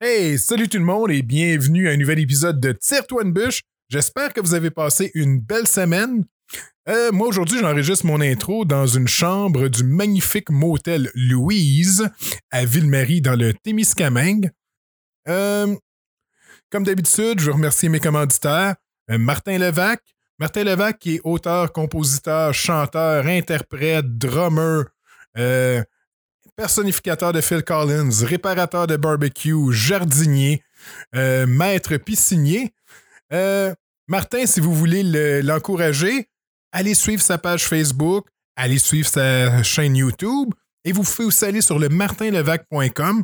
Hey, salut tout le monde et bienvenue à un nouvel épisode de Tire-toi une bûche. J'espère que vous avez passé une belle semaine. Moi, aujourd'hui, j'enregistre mon intro dans une chambre du magnifique motel Louise à Ville-Marie dans le Témiscamingue. Comme d'habitude, je veux remercier mes commanditaires. Martin Levac. Martin Levac qui est auteur, compositeur, chanteur, interprète, drummer, personnificateur de Phil Collins, réparateur de barbecue, jardinier, maître piscinier. Martin, si vous voulez l'encourager, allez suivre sa page Facebook, allez suivre sa chaîne YouTube et vous pouvez aussi aller sur le martinlevac.com.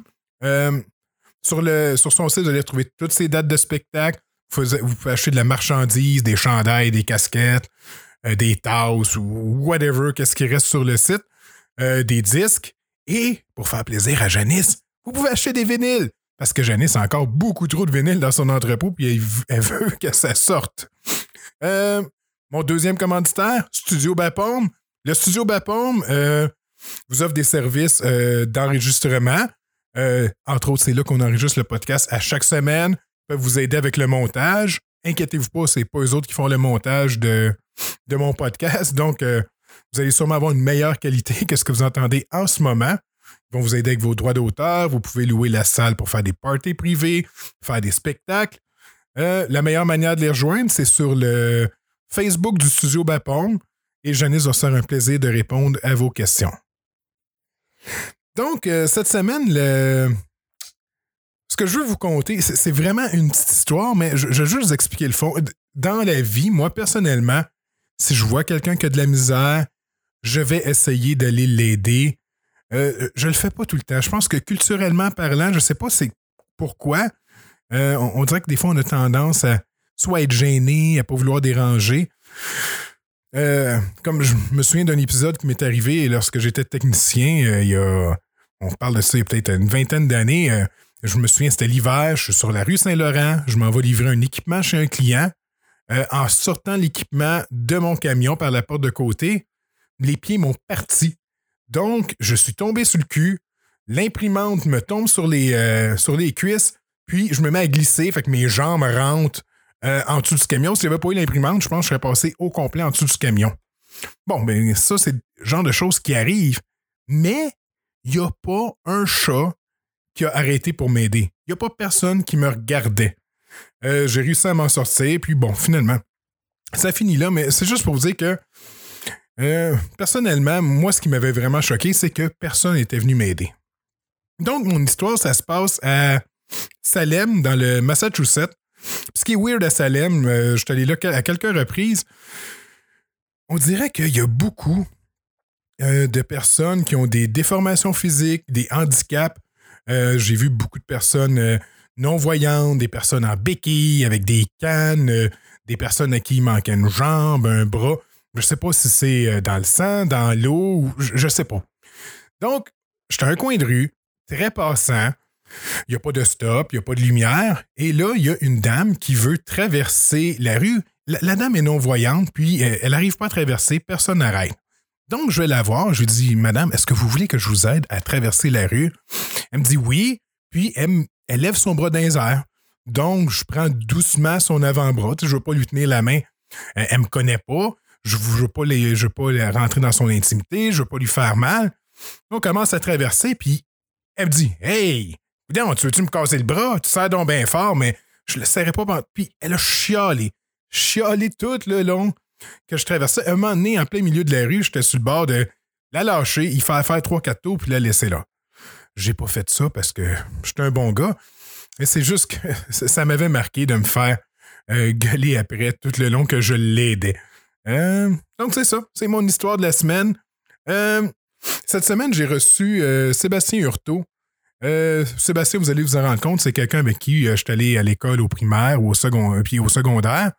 Sur son site, vous allez retrouver toutes ses dates de spectacle. Vous pouvez acheter de la marchandise, des chandails, des casquettes, des tasses ou whatever, qu'est-ce qui reste sur le site, des disques. Et pour faire plaisir à Janice, vous pouvez acheter des vinyles. Parce que Janice a encore beaucoup trop de vinyles dans son entrepôt puis elle veut que ça sorte. Mon deuxième commanditaire, Studio Bapaume. Le Studio Bapaume vous offre des services d'enregistrement. Entre autres, c'est là qu'on enregistre le podcast à chaque semaine. Ils peuvent vous aider avec le montage. Inquiétez-vous pas, c'est pas eux autres qui font le montage de mon podcast. Donc, vous allez sûrement avoir une meilleure qualité que ce que vous entendez en ce moment. Ils vont vous aider avec vos droits d'auteur. Vous pouvez louer la salle pour faire des parties privées, faire des spectacles. La meilleure manière de les rejoindre, c'est sur le Facebook du Studio Bapaume. Et Janice va se faire un plaisir de répondre à vos questions. Donc, cette semaine, ce que je veux vous conter, c'est vraiment une petite histoire, mais je veux juste vous expliquer le fond. Dans la vie, moi, personnellement, si je vois quelqu'un qui a de la misère, je vais essayer d'aller l'aider. Je le fais pas tout le temps. Je pense que culturellement parlant, je sais pas c'est pourquoi. On dirait que des fois, on a tendance à soit être gêné, à pas vouloir déranger. Comme je me souviens d'un épisode qui m'est arrivé lorsque j'étais technicien, on parle de ça il y a peut-être une vingtaine d'années. Je me souviens, c'était l'hiver, je suis sur la rue Saint-Laurent, je m'en vais livrer un équipement chez un client. En sortant l'équipement de mon camion par la porte de côté, les pieds m'ont parti. Donc, je suis tombé sur le cul, l'imprimante me tombe sur les cuisses, puis je me mets à glisser, fait que mes jambes rentrent en dessous du camion. Si j'avais pas eu l'imprimante, je pense que je serais passé au complet en dessous du camion. Bon, ben ça, c'est le genre de choses qui arrivent. Mais il n'y a pas un chat qui a arrêté pour m'aider. Il n'y a pas personne qui me regardait. J'ai réussi à m'en sortir, puis bon, finalement, ça finit là, mais c'est juste pour vous dire que personnellement, moi, ce qui m'avait vraiment choqué, c'est que personne n'était venu m'aider. Donc, mon histoire, ça se passe à Salem, dans le Massachusetts. Ce qui est weird à Salem, je suis allé là à quelques reprises, on dirait qu'il y a beaucoup de personnes qui ont des déformations physiques, des handicaps. J'ai vu beaucoup de personnes non-voyantes, des personnes en béquille, avec des cannes, des personnes à qui il manque une jambe, un bras. Je sais pas si c'est dans le sang, dans l'eau, ou je sais pas. Donc, j'étais à un coin de rue, très passant. Il n'y a pas de stop, il n'y a pas de lumière. Et là, il y a une dame qui veut traverser la rue. La dame est non-voyante, puis elle n'arrive pas à traverser, personne n'arrête. Donc, je vais la voir. Je lui dis, Madame, est-ce que vous voulez que je vous aide à traverser la rue? Elle me dit oui, puis elle lève son bras dans les airs. Donc, je prends doucement son avant-bras. Je ne veux pas lui tenir la main. Elle ne me connaît pas. Je ne veux pas rentrer dans son intimité. Je ne veux pas lui faire mal. On commence à traverser, puis elle me dit, Hey, tu veux-tu me casser le bras? Tu serres donc bien fort, mais je ne le serrais pas. Puis elle a chialé tout le long que je traversais. Un moment donné, en plein milieu de la rue, j'étais sur le bord de la lâcher, il fallait faire 3-4 tours, puis la laisser là. J'ai pas fait ça parce que j'étais un bon gars. Mais c'est juste que ça m'avait marqué de me faire gueuler après tout le long que je l'aidais. Donc c'est ça. C'est mon histoire de la semaine. Cette semaine, j'ai reçu Sébastien Hurtaud. Sébastien, vous allez vous en rendre compte, c'est quelqu'un avec qui je suis allé à l'école au primaire ou puis au secondaire.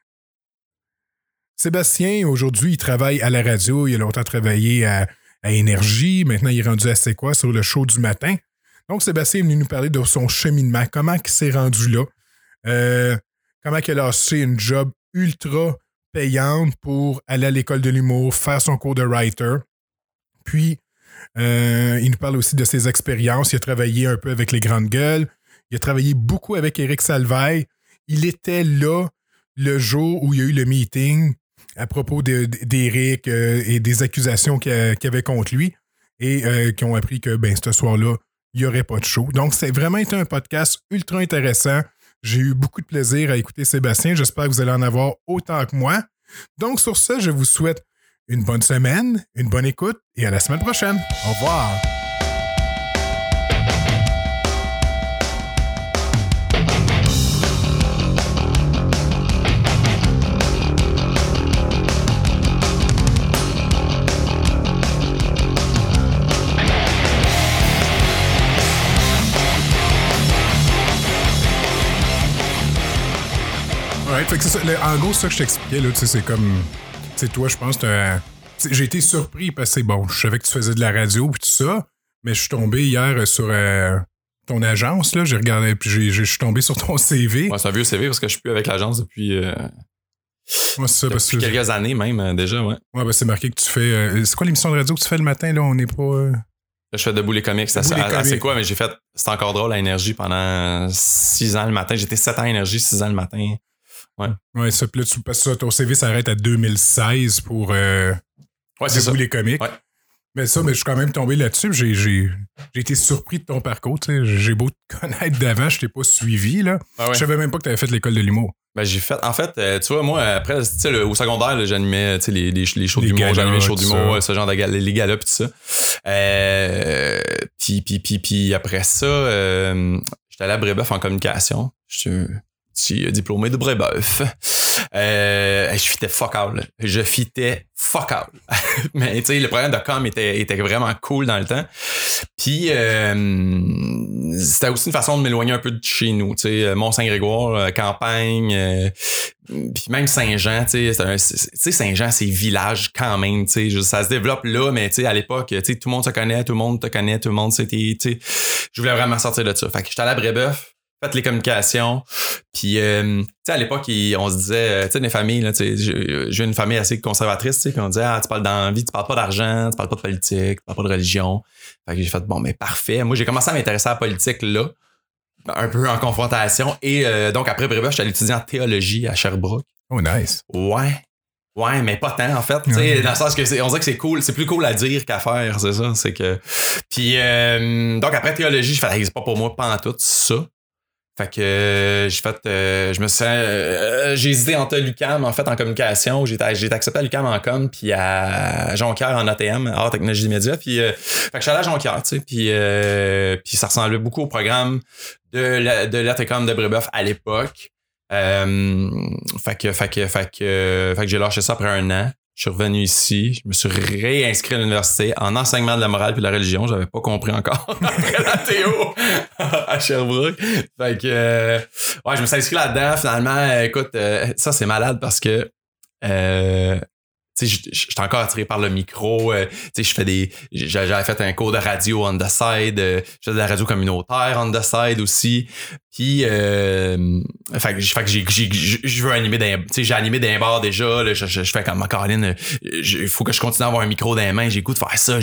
Sébastien, aujourd'hui, il travaille à la radio. Il a longtemps travaillé à Énergie. Maintenant, il est rendu à C'est quoi sur le show du matin. Donc, Sébastien est venu nous parler de son cheminement. Comment il s'est rendu là. Comment il a lâché une job ultra payante pour aller à l'école de l'humour, faire son cours de writer. Puis, il nous parle aussi de ses expériences. Il a travaillé un peu avec les grandes gueules. Il a travaillé beaucoup avec Éric Salvaille. Il était là le jour où il y a eu le meeting à propos d'Éric et des accusations qu'il y avait contre lui et qui ont appris que ce soir-là, il n'y aurait pas de show. Donc, c'est vraiment été un podcast ultra intéressant. J'ai eu beaucoup de plaisir à écouter Sébastien. J'espère que vous allez en avoir autant que moi. Donc, sur ce, je vous souhaite une bonne semaine, une bonne écoute et à la semaine prochaine. Au revoir. Ouais, fait que c'est ça. En gros, c'est ça que je t'expliquais, là, c'est comme... C'est toi, je pense, j'ai été surpris parce que je savais que tu faisais de la radio et tout ça, mais je suis tombé hier sur ton agence, là, j'ai regardé, puis je suis tombé sur ton CV. Ouais, c'est un vieux CV parce que je suis plus avec l'agence depuis... Ouais, c'est ça, depuis quelques années même, déjà, ouais. Ouais, c'est marqué que tu fais... c'est quoi l'émission de radio que tu fais le matin, là? On n'est pas... Là, je fais Debout les comics. C'est quoi, mais j'ai fait... C'est encore drôle à Énergie pendant 6 ans le matin. J'étais 7 ans à Énergie, 6 ans le matin. Ouais, ça, puis là, parce que ton CV s'arrête à 2016 pour Debout les comics. Ouais. Mais je suis quand même tombé là-dessus. J'ai été surpris de ton parcours. J'ai beau te connaître d'avant, je t'ai pas suivi. Là. Ah ouais. Je savais même pas que tu avais fait l'école de l'humour. J'ai fait... En fait, tu vois, moi, après, au secondaire, là, j'animais les shows d'humour, j'animais les shows d'humour, ce genre de les galas pis tout ça. Puis après ça, j'étais allé à Brébeuf en communication. J'étais diplômé de Brébeuf. Je fitais fuck all. Mais tu sais, le programme de com était vraiment cool dans le temps. Puis c'était aussi une façon de m'éloigner un peu de chez nous. Tu sais, Mont-Saint-Grégoire, campagne, puis même Saint-Jean. Tu sais, Saint-Jean, c'est village quand même. Tu sais, ça se développe là, mais tu sais, à l'époque, tu sais, tout le monde se connaît, tout le monde te connaît, tout le monde c'était. Tu sais, je voulais vraiment sortir de ça. Fait que j'étais allé à Brébeuf. Fait les communications. Puis, tu sais, à l'époque, on se disait, tu sais, les familles, là, tu sais, j'ai une famille assez conservatrice, tu sais, puis on disait, tu parles d'envie, tu parles pas d'argent, tu parles pas de politique, tu parles pas de religion. Fait que j'ai fait, parfait. Moi, j'ai commencé à m'intéresser à la politique, là, un peu en confrontation. Et donc, après Brébeuf, j'étais allé étudier en théologie à Sherbrooke. Oh, nice. Ouais, mais pas tant, en fait. Tu sais, dans le sens que on dirait que c'est cool. C'est plus cool à dire qu'à faire, c'est ça. C'est que. Puis, donc, après théologie, je fais, c'est pas pour moi, pas en tout, ça. Fait que j'ai hésité entre l'UQAM en fait en communication, j'ai été accepté à l'UQAM en com puis à Jonquière en ATM, art technologie des médias, puis fait que je suis allé à Jonquière, tu sais, puis ça ressemblait beaucoup au programme de l'ATCOM de Brébeuf à l'époque. Fait que j'ai lâché ça après 1 an. Je suis revenu ici, je me suis réinscrit à l'université en enseignement de la morale puis de la religion. J'avais pas compris encore après la théo à Sherbrooke. Fait que, je me suis inscrit là-dedans. Finalement, écoute, ça c'est malade parce que, tu sais, j'étais encore attiré par le micro. Tu sais, j'avais fait un cours de radio on the side. Je faisais de la radio communautaire on the side aussi. Puis, fait que je veux animer tu sais, j'ai animé d'un bar déjà. Là, je fais comme ma Caroline. Il faut que je continue à avoir un micro dans les mains. J'ai le goût de faire ça.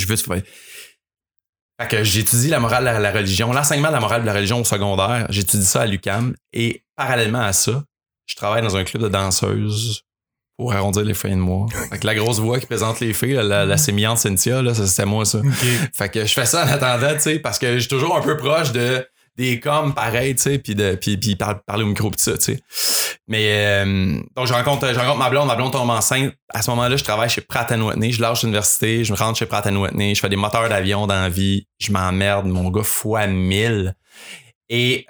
Fait que j'étudie la morale de la religion, l'enseignement de la morale de la religion au secondaire. J'étudie ça à l'UQAM. Et parallèlement à ça, je travaille dans un club de danseuses pour arrondir les fins de mois. Fait que la grosse voix qui présente les filles, la sémillante Cynthia, là, c'était moi, ça. Okay. Fait que je fais ça en attendant, tu sais, parce que je suis toujours un peu proche des coms pareil, tu sais, puis parler au micro pis ça, tu sais. Mais donc je rencontre ma blonde tombe enceinte. À ce moment-là, je travaille chez Pratt & Whitney, je lâche l'université, je me rentre chez Pratt & Whitney, je fais des moteurs d'avion dans la vie, je m'emmerde, mon gars, fois 1000. Et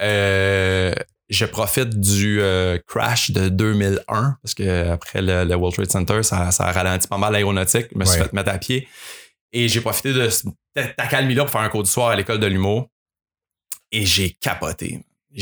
je profite du crash de 2001 parce que après le World Trade Center, ça a ralenti pas mal l'aéronautique. Je me suis fait mettre à pied et j'ai profité de cette accalmie-là pour faire un cours du soir à l'école de l'humour et j'ai capoté.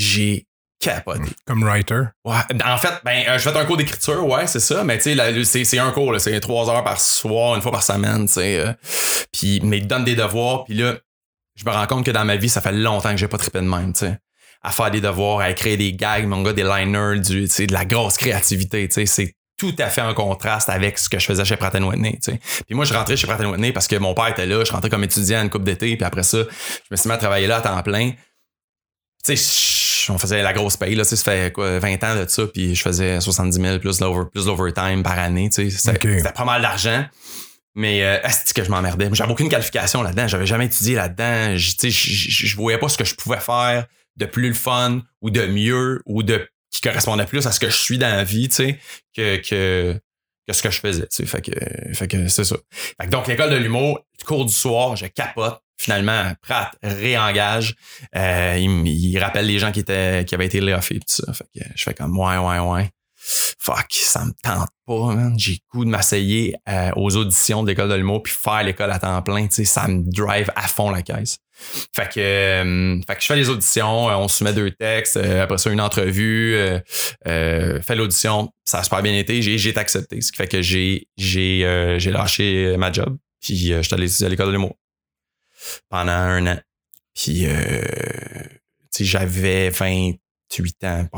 Comme writer? Ouais. En fait, je fais un cours d'écriture, ouais, c'est ça, mais tu sais, c'est un cours, là, c'est 3 heures par soir, une fois par semaine, tu sais. Puis, mais il donne des devoirs, puis là, je me rends compte que dans ma vie, ça fait longtemps que j'ai pas trippé de même, tu sais. À faire des devoirs, à écrire des gags, mon gars, des liners, de la grosse créativité, tu sais, c'est tout à fait en contraste avec ce que je faisais chez Pratt & Whitney, tu sais. Puis moi, je rentrais chez Pratt & Whitney parce que mon père était là, je rentrais comme étudiant à une couple d'été, puis après ça, je me suis mis à travailler là à temps plein. Tu sais, on faisait la grosse paye, là, ça fait quoi, 20 ans de ça, puis je faisais 70 000 plus l'overtime par année, c'était pas mal d'argent. Mais c'est que je m'emmerdais. J'avais aucune qualification là-dedans. J'avais jamais étudié là-dedans. Je voyais pas ce que je pouvais faire de plus le fun ou de mieux ou de qui correspondait plus à ce que je suis dans la vie, que ce que je faisais. Fait que c'est ça. Fait que donc, l'école de l'humour, cours du soir, je capote. Finalement, Pratt réengage. Il rappelle les gens qui avaient été layoffés, tout ça. Fait que je fais comme ouais. Fuck, ça me tente pas, man. J'ai le goût de m'essayer aux auditions de l'école de l'humour puis faire l'école à temps plein, ça me drive à fond la caisse. Fait que je fais les auditions, on soumet 2 textes, après ça une entrevue, fait l'audition, ça a super bien été, j'ai été accepté, ce qui fait que j'ai lâché ma job, puis j'étais allé étudier à l'école de l'humour pendant 1 an. Puis j'avais 28 ans,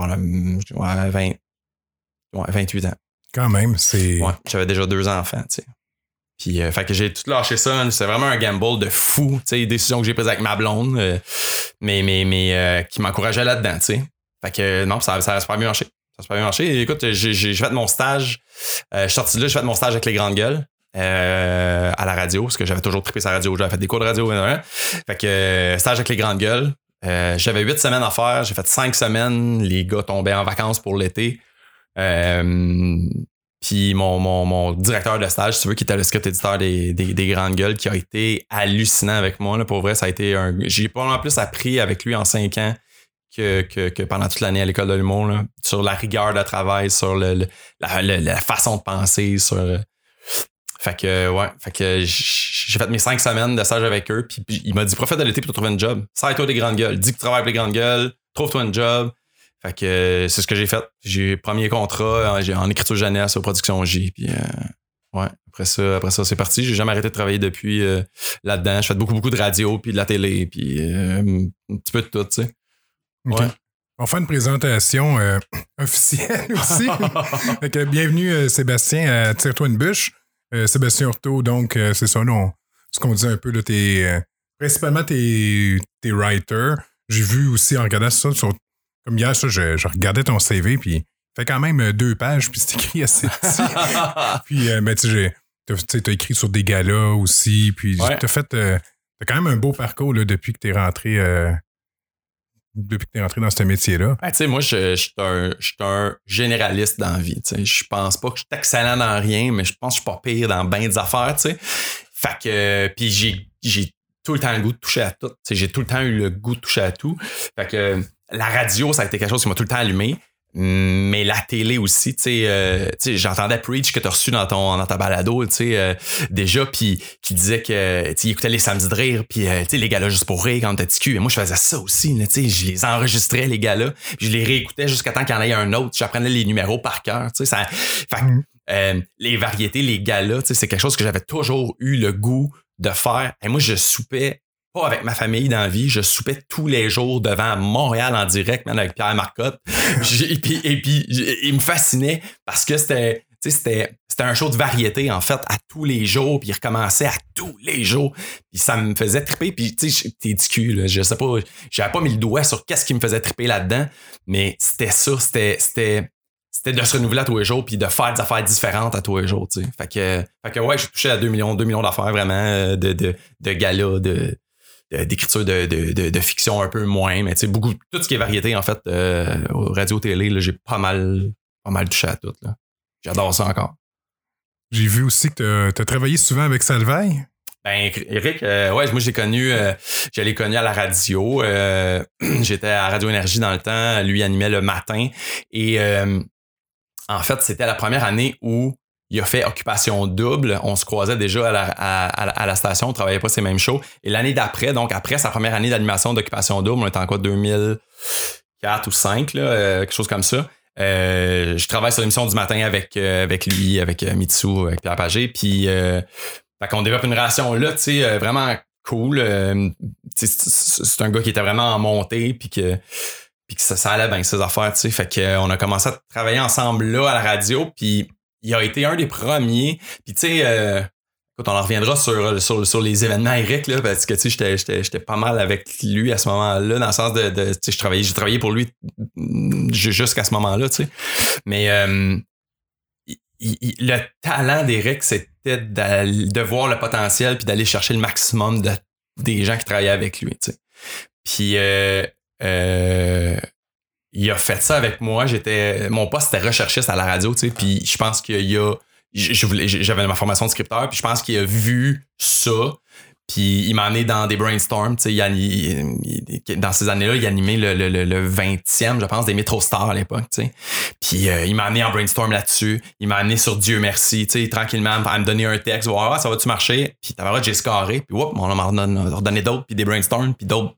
28 ans. Quand même, c'est... Ouais, j'avais déjà 2 enfants, tu sais. Puis, fait que j'ai tout lâché ça. C'est vraiment un gamble de fou, tu sais, décision que j'ai prise avec ma blonde, mais qui m'encourageait là-dedans, tu sais. Fait que, non, ça a super bien marché. Ça a super bien marché. Écoute, j'ai fait mon stage. Je suis sorti de là, j'ai fait mon stage avec les grandes gueules. À la radio, parce que j'avais toujours trippé sa radio. J'avais fait des cours de radio. Fait que, stage avec les grandes gueules. J'avais 8 semaines à faire. J'ai fait 5 semaines. Les gars tombaient en vacances pour l'été. Puis mon directeur de stage, si tu veux, qui était le script éditeur des grandes gueules, qui a été hallucinant avec moi. Là, pour vrai, ça a été j'ai probablement plus appris avec lui en 5 ans que pendant toute l'année à l'école de l'humour, là, sur la rigueur de travail, sur la façon de penser, sur... Fait que j'ai fait mes 5 semaines de stage avec eux, puis il m'a dit profite de l'été pour te trouver une job. Sers-toi des grandes gueules, dis que tu travailles avec les grandes gueules, trouve-toi une job. Fait que c'est ce que j'ai fait. J'ai premier contrat en écriture jeunesse aux productions J. Puis après ça c'est parti. J'ai jamais arrêté de travailler depuis là-dedans. Je fais beaucoup de radio puis de la télé puis un petit peu de tout, tu sais. Okay. Ouais. On fait une présentation officielle aussi. Fait que, bienvenue Sébastien à Tire-toi une bûche. Sébastien Hurtaud, donc c'est ça, là, ce qu'on dit un peu, là, principalement t'es writer. J'ai vu aussi en regardant ça comme hier, ça, je regardais ton CV, puis fait quand même 2 pages, puis c'est écrit assez petit. Puis, mais tu sais, t'as écrit sur des galas aussi, puis t'as quand même un beau parcours là, depuis que t'es rentré dans ce métier-là. Tu sais, moi, je suis un généraliste dans la vie. Je pense pas que je suis excellent dans rien, mais je pense que je suis pas pire dans bien des affaires. T'sais. Fait que, puis j'ai tout le temps le goût de toucher à tout. T'sais, j'ai tout le temps eu le goût de toucher à tout. Fait que la radio, ça a été quelque chose qui m'a tout le temps allumé. Mais la télé aussi, tu sais, j'entendais Preach que t'as reçu dans ta balado, tu sais, déjà, puis qui disait que, tu écoutais les Samedis de rire, puis tu sais, les galas juste pour rire quand t'as TQ. Et moi, je faisais ça aussi, tu sais, je les enregistrais, les galas, puis je les réécoutais jusqu'à temps qu'il y en ait un autre. J'apprenais les numéros par cœur, tu sais, ça. Fait les variétés, les galas, tu sais, c'est quelque chose que j'avais toujours eu le goût de faire. Et moi, je soupais pas avec ma famille dans la vie, je soupais tous les jours devant Montréal en direct, même avec Pierre Marcotte. Et puis il me fascinait parce que c'était un show de variété, en fait, à tous les jours, puis il recommençait à tous les jours, puis ça me faisait triper, puis tu sais, t'es du cul, là, je sais pas, j'avais pas mis le doigt sur qu'est-ce qui me faisait triper là-dedans, mais c'était ça, c'était de se renouveler à tous les jours, puis de faire des affaires différentes à tous les jours, tu sais. Fait que ouais, j'ai touché à 2 millions d'affaires, vraiment, de galas, d'écriture de fiction un peu moins, mais tu sais, beaucoup, tout ce qui est variété, en fait, radio-télé, là, j'ai pas mal touché à tout, là. J'adore ça encore. J'ai vu aussi que t'as travaillé souvent avec Salvaille. Ben, Eric, ouais, moi, je l'ai connu à la radio. J'étais à Radio Énergie dans le temps. Lui animait le matin. Et en fait, c'était la première année où il a fait Occupation Double. On se croisait déjà à la station. On travaillait pas ces mêmes shows. Et l'année d'après, donc après sa première année d'animation d'Occupation Double, on était en quoi, 2004 ou 2005, là, quelque chose comme ça. Je travaille sur l'émission du matin avec lui, avec Mitsou, avec Pierre Pagé. Puis, fait qu'on développe une relation là, tu sais, vraiment cool. C'est un gars qui était vraiment en montée, puis que ça allait bien, ses affaires, tu sais. Fait qu'on a commencé à travailler ensemble là à la radio, puis il a été un des premiers. Puis tu sais, Quand on en reviendra sur les événements Eric, là, parce que tu sais, j'étais pas mal avec lui à ce moment-là, dans le sens de tu sais, j'ai travaillé pour lui jusqu'à ce moment-là, tu sais. Mais le talent d'Eric, c'était de voir le potentiel puis d'aller chercher le maximum des gens qui travaillaient avec lui, tu sais. Puis il a fait ça avec moi. Mon poste était recherchiste à la radio, tu sais. Puis je pense j'avais ma formation de scripteur, puis je pense qu'il a vu ça, puis il m'a amené dans des brainstorms, tu sais, dans ces années-là, il animait le 20e, je pense, des Métro Stars à l'époque, tu sais. Puis il m'a amené en brainstorm là-dessus, il m'a amené sur Dieu merci, tu sais, tranquillement, à me donner un texte, voir ça va-tu marcher, puis t'as j'ai scarré, puis on m'a redonné d'autres, puis des brainstorms, puis d'autres.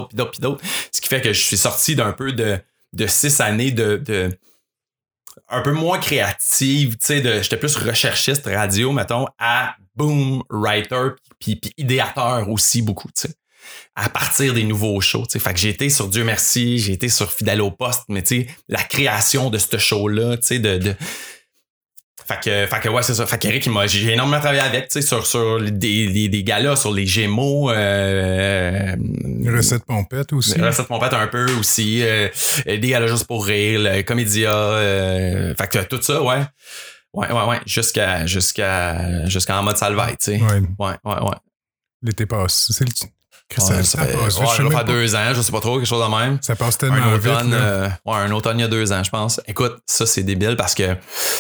Ce qui fait que je suis sorti d'un peu de 6 années de un peu moins créative, tu sais, j'étais plus recherchiste radio, mettons, à boom, writer, puis idéateur aussi beaucoup, tu sais, à partir des nouveaux shows, tu sais. Fait que j'ai été sur Dieu merci, j'ai été sur Fidèle au poste, mais tu sais, la création de ce show-là, tu sais, Fait que ouais, c'est ça. Fait qu'Eric, j'ai énormément travaillé avec, tu sais, sur des galas, sur les Gémeaux. Recette pompette aussi. Recette pompette un peu aussi. Des galas juste pour rire, le Comédia. Fait que tout ça, ouais. Ouais. Jusqu'à en mode Salvaille, tu sais. Ouais. L'été passe. C'est le... Ça fait 2 ans, je sais pas trop, quelque chose de même. Ça passe tellement vite. Un automne il y a 2 ans, je pense. Écoute, ça, c'est débile parce que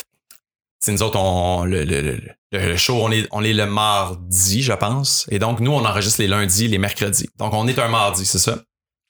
c'est nous autres, le show, on est le mardi, je pense. Et donc, nous, on enregistre les lundis, les mercredis. Donc, on est un mardi, c'est ça.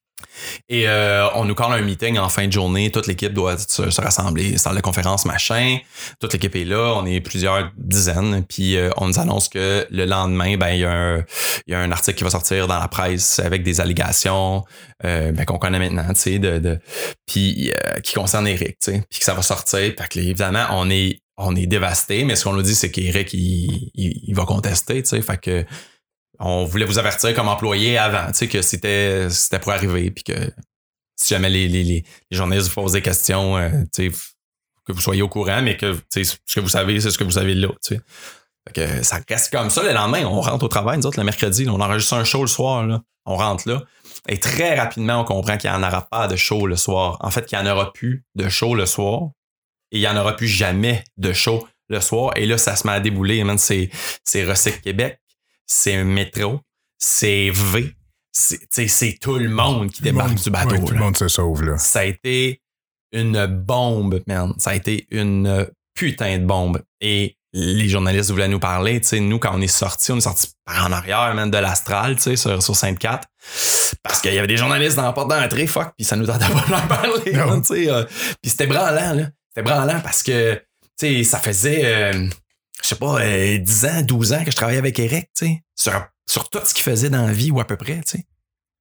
Et on nous colle un meeting en fin de journée. Toute l'équipe doit se rassembler, salle de conférence, machin. Toute l'équipe est là. On est plusieurs dizaines. Puis on nous annonce que le lendemain, ben il y a un article qui va sortir dans la presse avec des allégations qu'on connaît maintenant, tu sais, puis qui concerne Eric, tu sais, puis que ça va sortir. Fait que évidemment, on est dévasté. Mais ce qu'on nous dit, c'est qu'Eric il va contester, tu sais. Fait que on voulait vous avertir comme employé avant, tu sais, que c'était pour arriver, puis que si jamais les journalistes vous posent des questions, tu sais, que vous soyez au courant, mais que tu sais, ce que vous savez, c'est ce que vous savez là, tu sais. Fait que ça reste comme ça. Le lendemain, on rentre au travail, nous autres, le mercredi, on enregistre un show le soir, là, on rentre là, et très rapidement, on comprend qu'il n'y en aura pas de show le soir. En fait, qu'il n'y en aura plus de show le soir, et il n'y en aura plus jamais de show le soir, et là, ça se met à débouler, man, c'est Recycle Québec, c'est un métro, c'est V, c'est tout le monde qui débarque du bateau. Ouais, tout le monde se sauve, là. Ça a été une bombe, man. Ça a été une putain de bombe. Et les journalistes voulaient nous parler. Tu sais, nous, quand on est sortis par en arrière, man, de l'Astral, tu sais, sur Sainte-Cat. Parce qu'il y avait des journalistes dans la porte d'entrée, fuck, puis ça nous tentait pas de leur parler, man, tu sais. Puis c'était branlant, là. C'était branlant parce que, tu sais, ça faisait... je sais pas, 10 ans, 12 ans que je travaillais avec Eric, tu sais, sur tout ce qu'il faisait dans la vie ou à peu près, tu sais.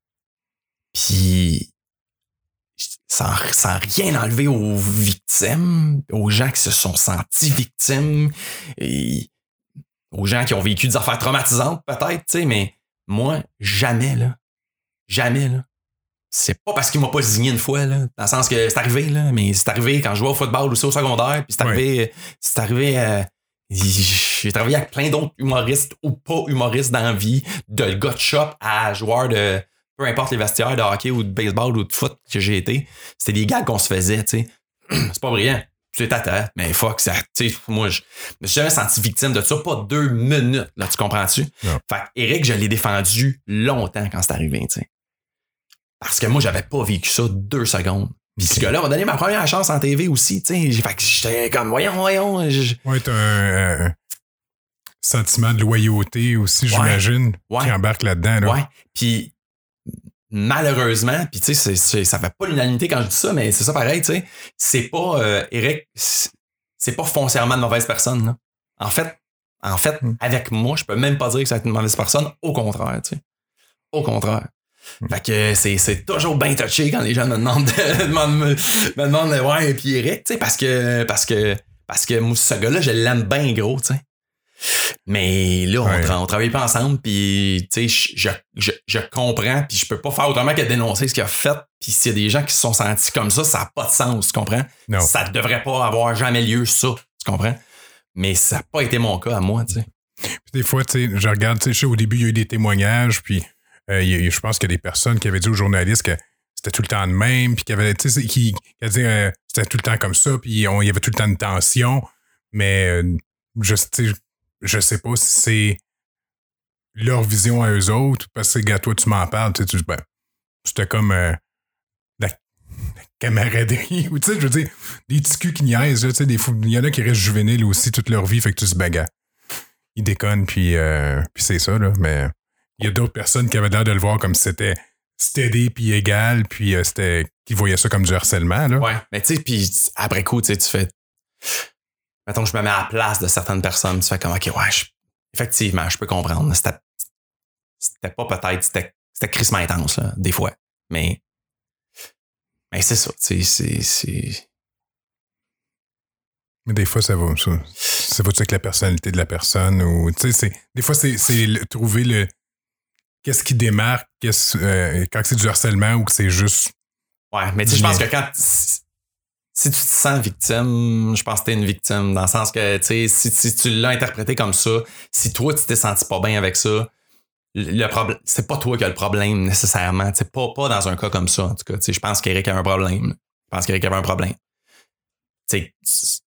Puis, sans rien enlever aux victimes, aux gens qui se sont sentis victimes, et aux gens qui ont vécu des affaires traumatisantes peut-être, tu sais, mais moi, jamais, là. Jamais, là. C'est pas parce qu'il m'a pas signé une fois, là, dans le sens que c'est arrivé, là, mais c'est arrivé quand je jouais au football aussi au secondaire, puis c'est arrivé j'ai travaillé avec plein d'autres humoristes ou pas humoristes dans la vie, de gars de shop à joueurs de peu importe les vestiaires de hockey ou de baseball ou de foot que j'ai été. C'était des gags qu'on se faisait, tu sais. C'est pas brillant. C'est tata, mais fuck, ça, tu sais, moi, je me suis jamais senti victime de ça, pas 2 minutes, là, tu comprends-tu? Non. Fait Eric, je l'ai défendu longtemps quand c'est arrivé, tu sais. Parce que moi, j'avais pas vécu ça 2 secondes. Puis ce gars-là m'a donné ma première chance en TV aussi, tu sais. Fait que j'étais comme, voyons. Ouais, t'as un sentiment de loyauté aussi, j'imagine, qui embarque là-dedans. Là. Ouais. Puis malheureusement, puis tu sais, ça fait pas l'unanimité quand je dis ça, mais c'est ça pareil, tu sais. C'est pas, Eric, c'est pas foncièrement de mauvaise personne, là. En fait, avec moi, je peux même pas dire que c'est une mauvaise personne. Au contraire, tu sais. Au contraire. Fait que c'est toujours bien touché quand les gens me demandent ouais, et puis Eric, tu sais, parce que moi, ce gars-là, je l'aime bien gros, tu sais. Mais là, on travaille pas ensemble, puis tu sais, je comprends, puis je peux pas faire autrement que dénoncer ce qu'il a fait, puis s'il y a des gens qui se sont sentis comme ça n'a pas de sens, tu comprends? Non. Ça devrait pas avoir jamais lieu, ça, tu comprends? Mais ça n'a pas été mon cas à moi, tu sais. Des fois, tu sais, je regarde, tu sais, au début, il y a eu des témoignages, puis je pense qu'il y a des personnes qui avaient dit aux journalistes que c'était tout le temps de même, puis qui disaient c'était tout le temps comme ça, puis il y avait tout le temps de tension, mais je sais pas si c'est leur vision à eux autres, parce que, gars, toi, tu m'en parles, tu sais, c'était comme la camaraderie, ou tu sais, je veux dire, des petits culs qui niaisent, tu sais, il y en a qui restent juvéniles aussi toute leur vie, fait que tu te dis, ben, gars, ils déconnent, puis c'est ça, là, mais il y a d'autres personnes qui avaient l'air de le voir comme si c'était steady puis égal, puis qui voyaient ça comme du harcèlement, là. Ouais, mais tu sais, puis après coup, tu sais, tu fais... Mettons que je me mets à la place de certaines personnes, tu fais comme, OK, ouais, effectivement, je peux comprendre. C'était pas peut-être, c'était crissement intense, là, des fois, mais c'est ça, tu sais, c'est... Mais des fois, ça va avec la personnalité de la personne, ou, tu sais, des fois, c'est trouver qu'est-ce qui démarque, quand c'est du harcèlement ou que c'est juste... Ouais, mais tu sais, je pense que quand... Si tu te sens victime, je pense que t'es une victime, dans le sens que, tu sais, si tu l'as interprété comme ça, si toi, tu t'es senti pas bien avec ça, le problème, c'est pas toi qui as le problème nécessairement, tu sais, pas dans un cas comme ça, en tout cas. Tu sais, je pense qu'Éric avait un problème. Tu sais,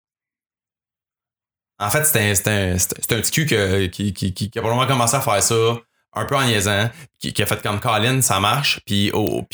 en fait, c'était un petit cul qui a probablement commencé à faire ça un peu en niaisant, qui a fait comme Colin, ça marche, puis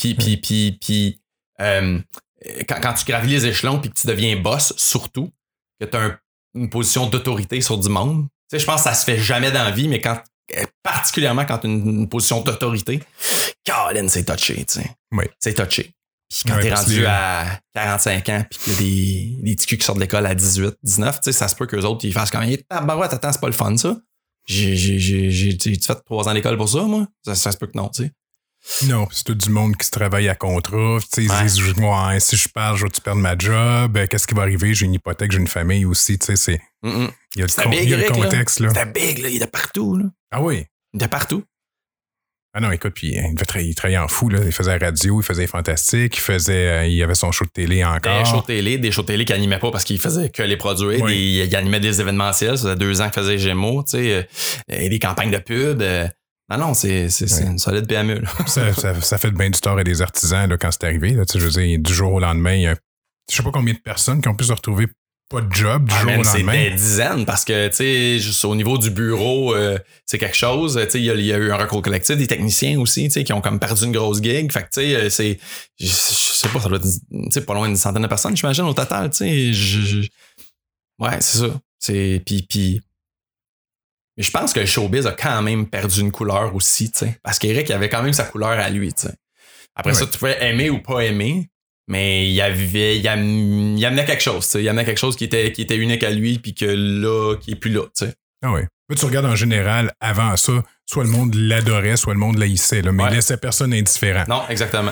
quand tu gravis les échelons puis que tu deviens boss, surtout, que tu as une position d'autorité sur du monde, tu sais, je pense que ça se fait jamais dans la vie, mais particulièrement quand tu as une position d'autorité, Colin, c'est touché, tu sais. Oui. C'est touché. Puis quand t'es rendu à 45 ans puis qu'il y a des petits culs qui sortent de l'école à 18, 19, tu sais, ça se peut qu'eux autres, ils fassent comme, tabarouette, attends, c'est pas le fun, ça. J'ai fait 3 ans d'école pour ça, moi? Ça se peut que non, tu sais. Non, c'est tout du monde qui se travaille à contrat. Tu sais, ils disent, ouais, si je pars, je vais-tu perdre ma job? Qu'est-ce qui va arriver? J'ai une hypothèque, j'ai une famille aussi, tu sais, c'est... Il y a le contexte, là. C'était big, là. Il était partout, là. Ah oui? Il était partout. Ah non, écoute, puis il travaillait en fou, là. Il faisait la radio, il faisait Fantastique, il avait son show de télé encore. Des shows de télé qu'il animait pas parce qu'il faisait que les produire. Oui. Il animait des événementiels. Ça faisait 2 ans qu'il faisait Gémeaux, tu sais. Des campagnes de pub. Non, c'est une solide PME, là. ça fait bien du tort à des artisans, là, quand c'est arrivé, là. Tu sais, je veux dire, du jour au lendemain, il y a je sais pas combien de personnes qui ont pu se retrouver pas de job du jour au lendemain. C'est des dizaines parce que, tu sais, juste au niveau du bureau, c'est quelque chose. Tu sais, il y a eu un recours collectif, des techniciens aussi, tu sais, qui ont comme perdu une grosse gig. Fait que, tu sais, je sais pas, ça doit être, tu sais, pas loin d'une centaine de personnes, j'imagine, au total, tu sais. Ouais, c'est ça. Puis mais je pense que le showbiz a quand même perdu une couleur aussi, tu sais. Parce qu'Éric avait quand même sa couleur à lui, tu sais. Après ça, tu pouvais aimer ou pas aimer. Mais il amenait quelque chose, tu sais. Il amenait quelque chose qui était unique à lui, puis que là, qui est plus là, tu sais. Ah oui. Mais tu regardes en général, avant ça, soit le monde l'adorait, soit le monde l'haïssait, là, mais il laissait personne indifférent. Non, exactement.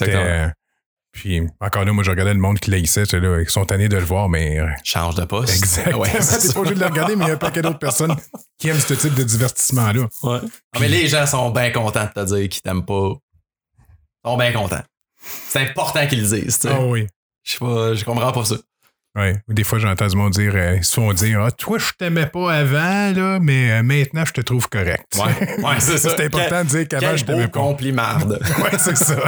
Puis encore là, moi, je regardais le monde qui l'haïssait, tu sais, là, ils sont tannés de le voir, mais... Change de poste. Exactement. Ouais, t'es pas obligé de le regarder, mais il y a un paquet d'autres personnes qui aiment ce type de divertissement-là. Ouais. Puis... Mais les gens sont bien contents de te dire qu'ils t'aiment pas. Ils sont bien contents. C'est important qu'ils le disent, tu sais. Ah oui. Je comprends pas ça. Oui. Des fois, j'entends du monde dire, ils se font dire, ah, toi, je t'aimais pas avant, là, mais maintenant, je te trouve correct. Ouais, c'est ça. C'est important de dire qu'avant, je t'aimais pas. Complimarde. Ouais, c'est ça.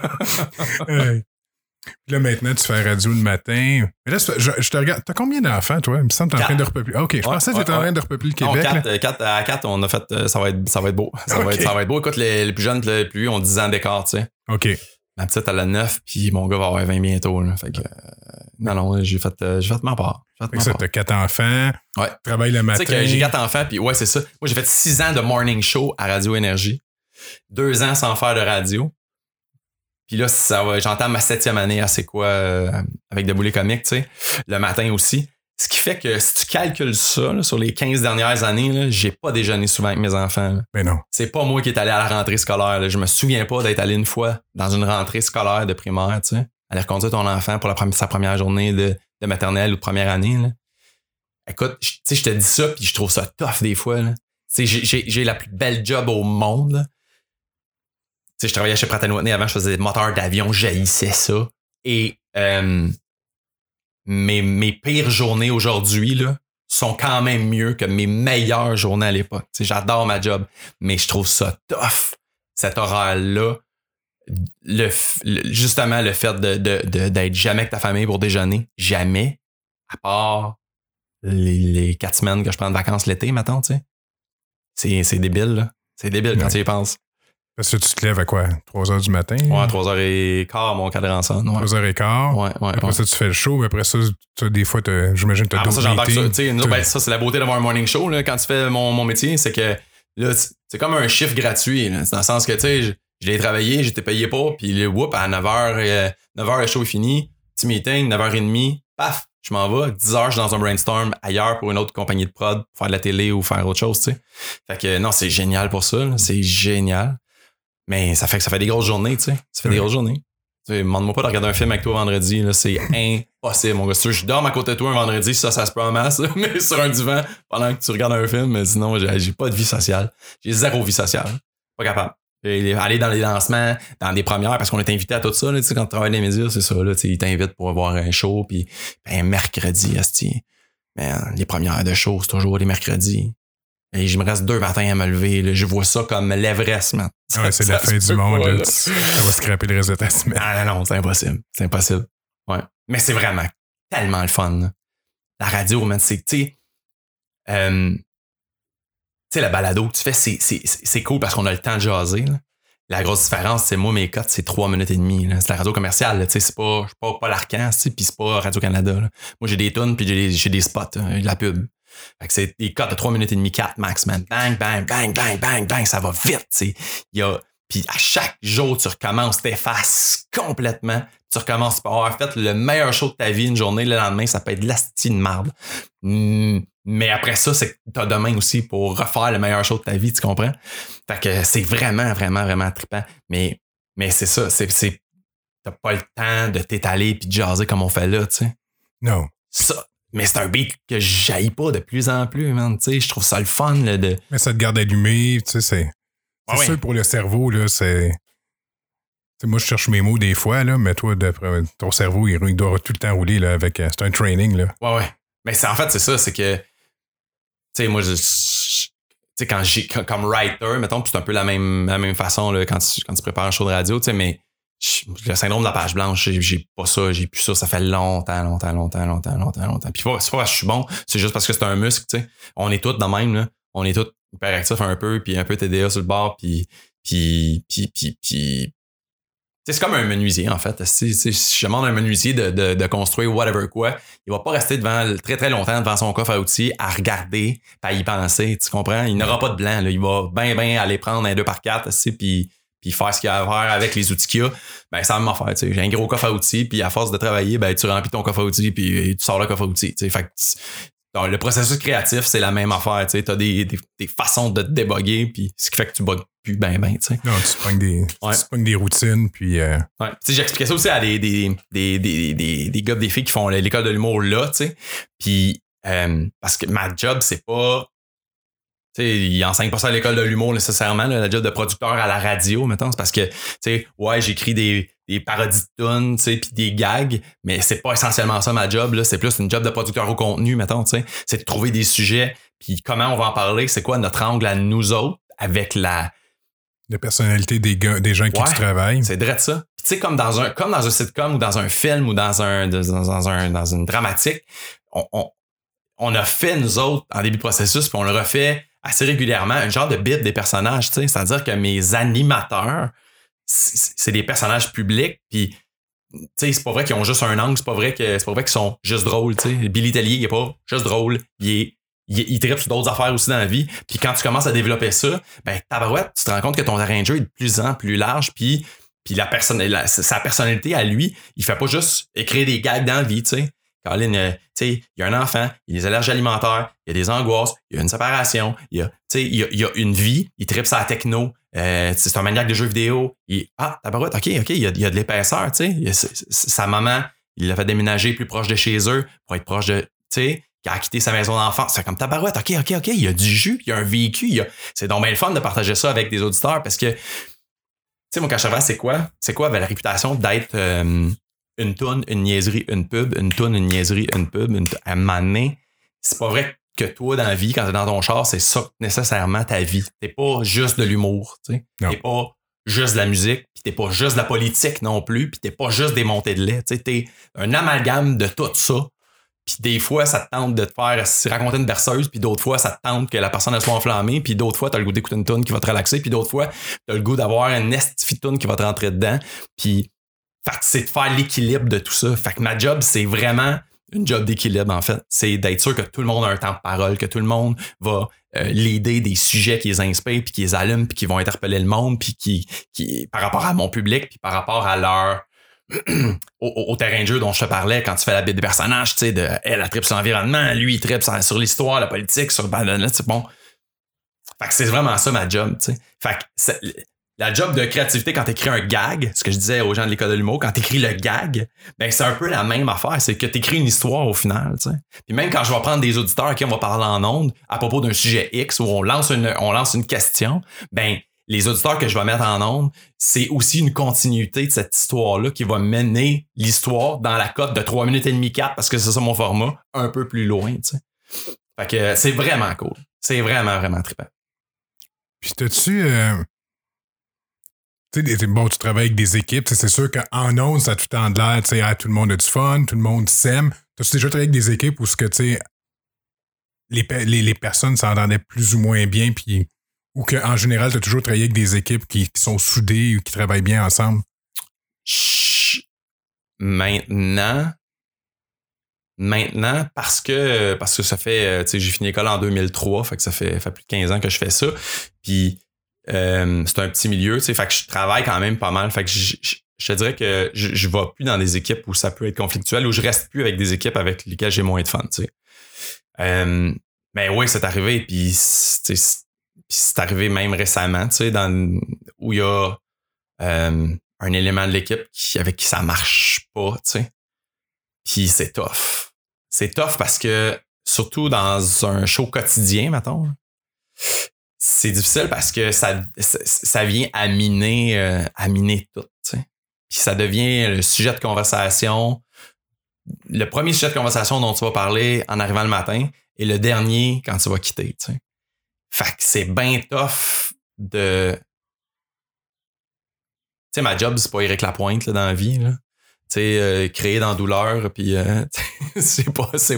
Puis là, maintenant, tu fais la radio le matin. Mais là, je te regarde. T'as combien d'enfants, toi? Il me semble que t'es en train de repeupler. OK, je pensais que t'étais en train de repeupler le Québec. Non, à 4, on a fait. Ça va être beau. Ça va être beau. Écoute, les plus jeunes, les plus vieux ont 10 ans d'écart, tu sais. OK. Ma petite, elle a 9, puis mon gars va avoir 20 bientôt. Là. Fait que, non, j'ai fait ma part. T'as 4 enfants. Ouais. Tu travailles le matin. Tu sais que j'ai 4 enfants, puis ouais, c'est ça. Moi, j'ai fait 6 ans de morning show à Radio Énergie. 2 ans sans faire de radio. Puis là, j'entends ma 7e année à C'est quoi avec Debout les comiques, tu sais, le matin aussi. Ce qui fait que si tu calcules ça, là, sur les 15 dernières années, là, j'ai pas déjeuné souvent avec mes enfants. Là. Mais non. C'est pas moi qui est allé à la rentrée scolaire. Là. Je me souviens pas d'être allé une fois dans une rentrée scolaire de primaire, tu sais, aller reconduire ton enfant pour sa première journée de maternelle ou de première année. Là. Écoute, tu sais, je te dis ça, puis je trouve ça tough des fois. Là. Tu sais, j'ai la plus belle job au monde. Là. Tu sais, je travaillais chez Pratt & Whitney avant, je faisais des moteurs d'avion, j'haïssais ça. Et mes pires journées aujourd'hui là, sont quand même mieux que mes meilleures journées à l'époque. Tu sais, j'adore ma job, mais je trouve ça tough, cet horaire-là. Justement, le fait d'être jamais avec ta famille pour déjeuner, jamais, à part les 4 semaines que je prends de vacances l'été, mettons, tu sais. C'est débile, là. C'est débile quand tu y penses. Parce que tu te lèves à quoi? 3h du matin? Ouais, 3h15, mon cadran sonne. Ouais. 3h15. Ouais. Après ça, tu fais le show. Après ça, des fois, j'imagine que tu as d'autres ça, j'embarque meetings. Ça. Nous, ça, c'est la beauté d'avoir un morning show. Là, quand tu fais mon métier, c'est que là, c'est comme un chiffre gratuit. Là. C'est dans le sens que, tu sais, je l'ai travaillé, j'étais payé pas, puis whoop, à 9h, le show est fini. Petit meeting, 9h30, paf, je m'en vais. 10h, je suis dans un brainstorm ailleurs pour une autre compagnie de prod, pour faire de la télé ou faire autre chose, tu sais. Fait que non, c'est génial pour ça. Là. C'est génial. Mais ça fait des grosses journées, tu sais. Ça fait des grosses journées. Tu sais, demande-moi pas de regarder un film avec toi vendredi, là. C'est impossible, mon gars. Si je dors à côté de toi un vendredi, ça se peut en masse, là. Mais sur un divan, pendant que tu regardes un film, mais sinon, j'ai pas de vie sociale. J'ai 0 vie sociale. Pas capable. Aller dans les lancements, dans des premières, parce qu'on est invité à tout ça, là, tu sais, quand tu travailles dans les médias, c'est ça, là, tu sais, ils t'invitent pour voir un show, puis mercredi, asti. Man, les premières de show, c'est toujours les mercredis. Et je me reste 2 matins à me lever, là, je vois ça comme l'Everest, man. Ouais, c'est la fin du monde, là. Ça va scraper le reste de ta semaine. Non, c'est impossible. C'est impossible. Ouais. Mais c'est vraiment tellement le fun, là. La radio, man, c'est, tu sais, la balado que tu fais, c'est cool parce qu'on a le temps de jaser. Là. La grosse différence, c'est moi, mes cotes, c'est 3 minutes et demie. Là. C'est la radio commerciale. Je suis pas l'Arcan, puis c'est pas Radio-Canada. Là. Moi, j'ai des tunes, puis j'ai des spots, de la pub. Fait que c'est des cotes de 3 minutes et demie, 4 max, man. Bang, bang, bang, bang, bang, bang. Ça va vite. Puis à chaque jour, tu recommences, t'effaces complètement. Tu recommences par avoir fait le meilleur show de ta vie une journée. Le lendemain, ça peut être de l'asti de marde. Mais après ça, c'est que t'as demain aussi pour refaire le meilleur show de ta vie, tu comprends? Fait que c'est vraiment, vraiment, vraiment trippant. Mais c'est ça, t'as pas le temps de t'étaler puis de jaser comme on fait là, tu sais. Non. Ça. Mais c'est un beat que j'haïs pas de plus en plus, man. Tu sais, je trouve ça le fun, là, de... Mais ça te garde allumé, tu sais, c'est sûr pour le cerveau, là, c'est... T'sais, moi, je cherche mes mots des fois, là, mais toi, d'après ton cerveau, il doit tout le temps rouler là, avec... c'est un training, là. Ouais. Mais en fait, c'est ça, c'est que... Tu sais, moi, tu sais, comme writer, mettons, c'est un peu la même façon là, quand tu prépares un show de radio, tu sais, mais le syndrome de la page blanche, j'ai pas ça, j'ai plus ça fait longtemps. Puis c'est pas parce que je suis bon, c'est juste parce que c'est un muscle, tu sais. On est tous dans le même, là. On est tous hyperactifs un peu, puis un peu TDA sur le bord, puis c'est comme un menuisier, en fait. Si je demande à un menuisier de construire whatever quoi, il va pas rester très, très longtemps devant son coffre à outils à regarder, à y penser, tu comprends? Il n'aura pas de blanc, là. Il va bien aller prendre un 2x4, puis faire ce qu'il a à faire avec les outils qu'il a. Ben, ça va m'en faire, tu sais. J'ai un gros coffre à outils, puis à force de travailler, ben, tu remplis ton coffre à outils, puis tu sors le coffre à outils, tu sais. Fait que le processus créatif, c'est la même affaire, tu sais. T'as des façons de te déboguer, puis ce qui fait que tu bugs plus ben, tu sais. Non, tu pognes des routines, puis... Ouais. Tu sais, j'expliquais ça aussi à des gars, des filles qui font l'école de l'humour là, tu sais. Puis, parce que ma job, c'est pas... Tu sais, ils enseignent pas ça à l'école de l'humour nécessairement, là, la job de producteur à la radio, mettons. C'est parce que, tu sais, ouais, j'écris des parodies de tunes, tu sais, puis des gags, mais c'est pas essentiellement ça ma job, là. C'est plus une job de producteur au contenu, mettons, tu sais. C'est de trouver des sujets, puis comment on va en parler, c'est quoi notre angle à nous autres avec la personnalité des gens avec qui tu travailles. C'est direct ça. Puis tu sais, comme dans un sitcom ou dans un film ou dans une dramatique, on a fait, nous autres, en début de processus, puis on le refait assez régulièrement, un genre de bit des personnages, tu sais. C'est-à-dire que mes animateurs, c'est des personnages publics, puis tu sais, c'est pas vrai qu'ils ont juste un angle, c'est pas vrai qu'ils sont juste drôles, tu sais. Billy Tellier, il est pas juste drôle, il tripe sur d'autres affaires aussi dans la vie. Puis quand tu commences à développer ça, ben tabarouette, tu te rends compte que ton terrain de jeu est de plus en plus large, puis sa personnalité à lui, il fait pas juste écrire des gags dans la vie, tu sais. Colin, tu sais, il y a un enfant, il y a des allergies alimentaires, il y a des angoisses, il y a une séparation, il y a une vie, il tripe sur la techno, c'est un maniaque de jeux vidéo. Tabarouette, OK, il y a de l'épaisseur, tu sais. Sa maman, il l'a fait déménager plus proche de chez eux pour être proche de, tu sais, qui a quitté sa maison d'enfance. C'est comme tabarouette, OK, il y a du jus, il y a un vécu, c'est donc bien le fun de partager ça avec des auditeurs parce que, tu sais, mon cachevant, c'est quoi? C'est quoi la réputation d'être une toune, une niaiserie, une pub, une toune, une niaiserie, une pub, à un moment donné, c'est pas vrai que toi, dans la vie, quand t'es dans ton char, c'est ça nécessairement ta vie. T'es pas juste de l'humour, tu sais. T'es pas juste de la musique, puis t'es pas juste de la politique non plus, puis t'es pas juste des montées de lait. Tu sais, t'es un amalgame de tout ça. Puis des fois, ça te tente de te faire raconter une berceuse, puis d'autres fois, ça te tente que la personne elle soit enflammée, puis d'autres fois, t'as le goût d'écouter une toune qui va te relaxer, puis d'autres fois, t'as le goût d'avoir une estifi toune qui va te rentrer dedans. Puis c'est de faire l'équilibre de tout ça. Fait que ma job, c'est vraiment une job d'équilibre, en fait. C'est d'être sûr que tout le monde a un temps de parole, que tout le monde va leader des sujets qui les inspirent, puis qui les allument, puis qui vont interpeller le monde, puis qui par rapport à mon public, puis par rapport à leur au terrain de jeu dont je te parlais quand tu fais la bête des personnages, tu sais, de elle tripe sur l'environnement, lui il tripe sur l'histoire, la politique, sur c'est bon. Fait que c'est vraiment ça ma job, tu sais. Fait que la job de créativité quand t'écris un gag, ce que je disais aux gens de l'école de l'humour, quand t'écris le gag, ben c'est un peu la même affaire, c'est que t'écris une histoire au final, tu sais. Puis même quand je vais prendre des auditeurs à qui on va parler en ondes à propos d'un sujet X où on lance une question, ben les auditeurs que je vais mettre en ondes, c'est aussi une continuité de cette histoire-là qui va mener l'histoire dans la cote de 3 minutes et demie 4 parce que c'est ça mon format, un peu plus loin, tu sais. Fait que c'est vraiment cool. C'est vraiment, vraiment trippant. Puis t'as-tu... tu sais, bon, tu travailles avec des équipes, c'est sûr qu'en ondes, ça a tout le temps de l'air, tu sais, tout le monde a du fun, tout le monde s'aime. T'as-tu déjà travaillé avec des équipes où ce que, tu sais, les personnes s'entendaient plus ou moins bien, puis ou qu'en général, tu as toujours travaillé avec des équipes qui sont soudées ou qui travaillent bien ensemble? Maintenant, parce que ça fait, tu sais, j'ai fini l'école en 2003, fait que ça fait plus de 15 ans que je fais ça. Puis c'est un petit milieu, tu sais, fait que je travaille quand même pas mal. Fait que je te dirais que je vais plus dans des équipes où ça peut être conflictuel, ou je reste plus avec des équipes avec lesquelles j'ai moins de fun, tu sais. Mais oui, c'est arrivé, puis c'est arrivé même récemment, tu sais, où il y a un élément de l'équipe avec qui ça marche pas, tu sais. Puis c'est tough. C'est tough parce que, surtout dans un show quotidien, mettons, c'est difficile parce que ça vient à miner tout, tu sais. Puis ça devient le sujet de conversation, le premier sujet de conversation dont tu vas parler en arrivant le matin et le dernier quand tu vas quitter, tu sais. Fait que c'est bien tough de... Tu sais, ma job, c'est pas Éric Lapointe là, dans la vie, là. Tu sais, créer dans la douleur, puis c'est pas ça.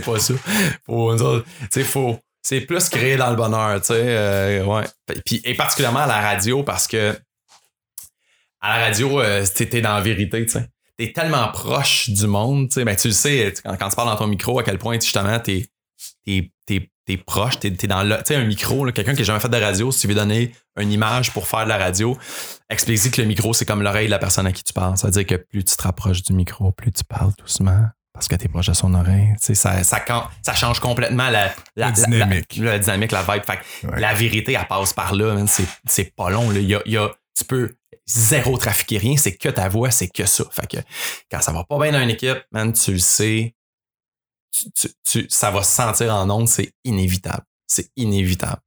C'est plus créer dans le bonheur, tu sais. Ouais. Puis, et particulièrement à la radio, parce que à la radio, t'es dans la vérité, tu sais. T'es tellement proche du monde, tu sais. Ben, tu le sais, quand tu parles dans ton micro, à quel point, justement, t'es proche, t'es dans le... Tu sais, un micro, là, quelqu'un qui n'a jamais fait de radio, si tu veux donner une image pour faire de la radio, explique que le micro, c'est comme l'oreille de la personne à qui tu parles. Ça veut dire que plus tu te rapproches du micro, plus tu parles doucement parce que t'es proche de son oreille. Tu sais, ça change complètement la dynamique. La dynamique, la vibe. Fait que la vérité, elle passe par là. Man. C'est pas long. Là. Tu peux zéro trafiquer rien. C'est que ta voix, c'est que ça. Fait que quand ça va pas bien dans une équipe, man, tu le sais. Ça va se sentir en ondes, c'est inévitable. C'est inévitable.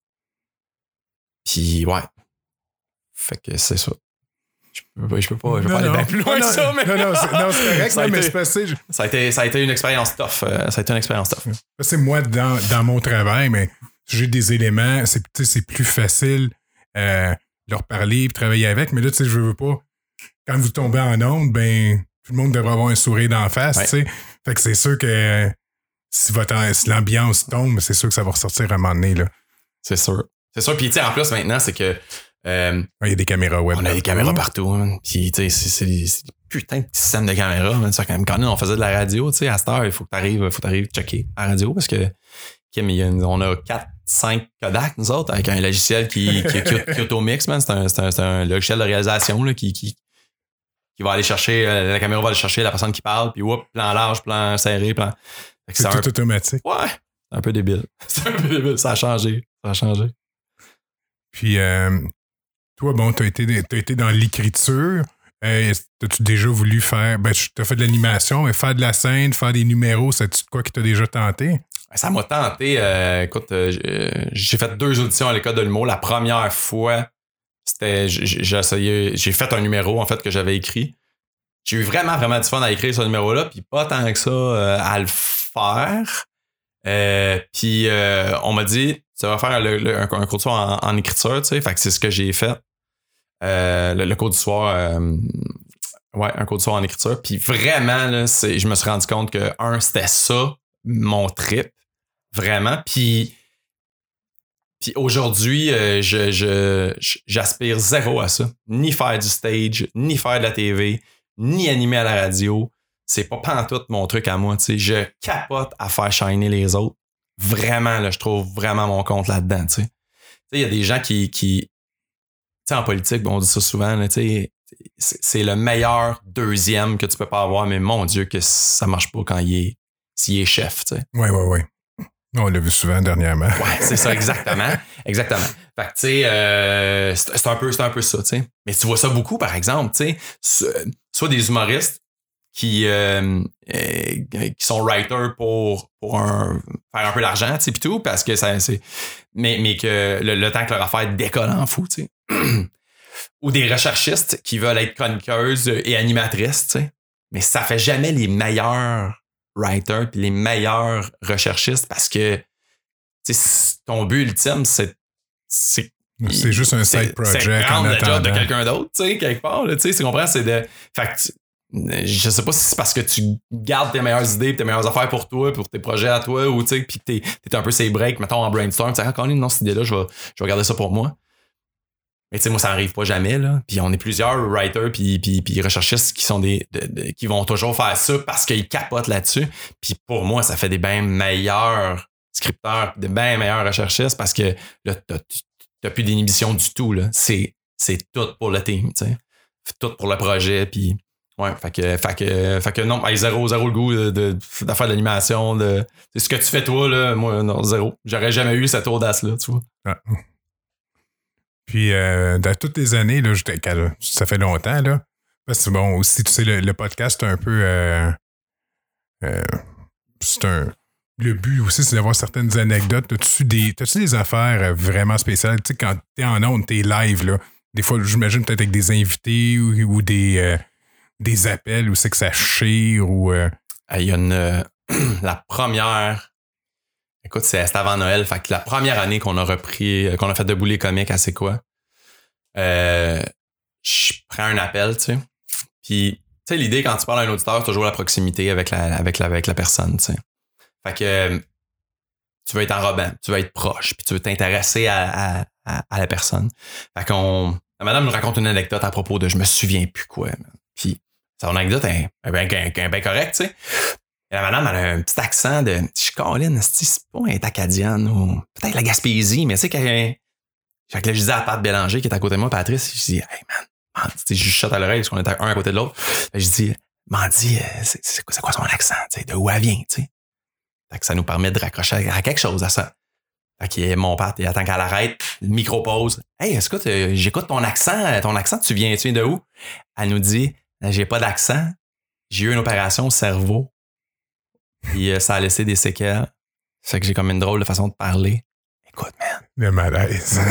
Puis, ouais. Fait que c'est ça. Je peux pas aller bien plus loin que ça, mais... Non, c'est correct, mais c'est passé. Ça a été une expérience tough. C'est moi, dans mon travail, mais j'ai des éléments, c'est plus facile leur parler et travailler avec, mais là, tu sais, je veux pas. Quand vous tombez en ondes, ben... Tout le monde devrait avoir un sourire d'en face, tu sais. Fait que c'est sûr que si l'ambiance tombe, c'est sûr que ça va ressortir à un moment donné, là. C'est sûr. Puis, tu sais, en plus, maintenant, c'est que... il y a des caméras web. On a des caméras partout. Hein. Puis, tu sais, c'est des putains de petits systèmes de caméras. Hein. Quand on faisait de la radio, tu sais, à cette heure, il faut que t'arrives checker à la radio parce que on a 4-5 Kodak, nous autres, avec un logiciel qui automix, man. C'est un logiciel de réalisation là, qui va aller chercher, la caméra va aller chercher la personne qui parle, puis plan large, plan serré, plan... C'est tout automatique. Ouais, c'est un peu débile. Ça a changé. Puis, toi, bon, t'as été dans l'écriture. T'as-tu déjà voulu faire... Ben, t'as fait de l'animation, mais faire de la scène, faire des numéros, c'est-tu quoi qui t'a déjà tenté? Ça m'a tenté. Écoute, j'ai fait 2 auditions à l'école de l'humour. La première fois... j'ai fait un numéro en fait que j'avais écrit. J'ai eu vraiment, vraiment du fun à écrire ce numéro-là, puis pas tant que ça à le faire. Puis on m'a dit, tu vas faire un cours du soir en écriture, tu sais. Fait que c'est ce que j'ai fait. Le cours du soir, un cours du soir en écriture. Puis vraiment, là, je me suis rendu compte que, c'était ça, mon trip. Vraiment. Puis aujourd'hui, j'aspire zéro à ça. Ni faire du stage, ni faire de la TV, ni animer à la radio. C'est pas pantoute mon truc à moi. T'sais. Je capote à faire shiner les autres. Vraiment, là, je trouve vraiment mon compte là-dedans. Il y a des gens qui en politique, on dit ça souvent, là, c'est le meilleur deuxième que tu peux pas avoir, mais mon Dieu, que ça marche pas quand s'il est chef. Oui. On l'a vu souvent dernièrement. Ouais, c'est ça, exactement. Exactement. Fait que, tu sais, c'est un peu ça, tu sais. Mais tu vois ça beaucoup, par exemple, tu sais, soit des humoristes qui sont writers pour faire un peu d'argent, tu sais, pis tout, parce que mais que le temps que leur affaire décolle en fou, tu sais. Ou des recherchistes qui veulent être chroniqueuses et animatrices, tu sais. Mais ça fait jamais les meilleurs writers puis les meilleurs recherchistes parce que ton but ultime, c'est juste un side project. C'est prendre en le job de attendant. quelqu'un d'autre, tu sais, quelque part, tu comprends? C'est de. Fait que je sais pas si c'est parce que tu gardes tes meilleures idées, tes meilleures affaires pour toi, pour tes projets à toi, ou tu sais, puis t'es un peu ces breaks, mettons en brainstorm, tu sais, quand non, cette idée-là, je vais garder ça pour moi. Mais tu sais, moi, ça n'arrive pas jamais, là. Puis on est plusieurs writers puis recherchistes qui sont qui vont toujours faire ça parce qu'ils capotent là-dessus. Puis pour moi, ça fait des bien meilleurs scripteurs, des bien meilleurs recherchistes parce que là, t'as plus d'inhibition du tout, là. C'est tout pour le team, tu sais. Tout pour le projet, puis ouais, fait que non, zéro le goût de faire de l'animation, c'est ce que tu fais toi, là, moi, non, zéro. J'aurais jamais eu cette audace-là, tu vois. Ah. Puis, dans toutes les années, là, ça fait longtemps, là. Parce que bon, aussi, tu sais, le podcast, c'est un peu. Le but aussi, c'est d'avoir certaines anecdotes. T'as-tu des affaires vraiment spéciales? Tu sais, quand t'es en ondes, t'es live, là. Des fois, j'imagine peut-être avec des invités ou des appels où c'est que ça chire ou. Il y a la première. Écoute, c'était avant Noël. Fait que la première année qu'on a fait Debout les comiques à C'est quoi? Je prends un appel, tu sais. Puis, tu sais, l'idée quand tu parles à un auditeur, c'est toujours la proximité avec la personne, tu sais. Fait que tu veux être enrobant, tu veux être proche, puis tu veux t'intéresser à la personne. Fait la madame nous raconte une anecdote à propos de je me souviens plus quoi. Man. Puis, son anecdote est bien correcte, tu sais. Et la madame, elle a un petit accent de Caroline, c'est pas un acadienne ou peut-être la Gaspésie, mais tu sais, fait que là, je disais à Pat Bélanger qui est à côté de moi, Patrice, je dis, hey man, je chuchote à l'oreille parce qu'on était un à côté de l'autre. Je dis, Mandy, c'est quoi son accent, tu sais, de où elle vient, tu sais. Fait que ça nous permet de raccrocher à quelque chose à ça. Fait que mon père, il attend qu'elle arrête, micro-pause. Hey, est-ce que j'écoute ton accent, tu viens de où? Elle nous dit, j'ai pas d'accent, j'ai eu une opération au cerveau. Puis ça a laissé des séquelles. Fait que j'ai comme une drôle de façon de parler. Écoute, man. Le malaise.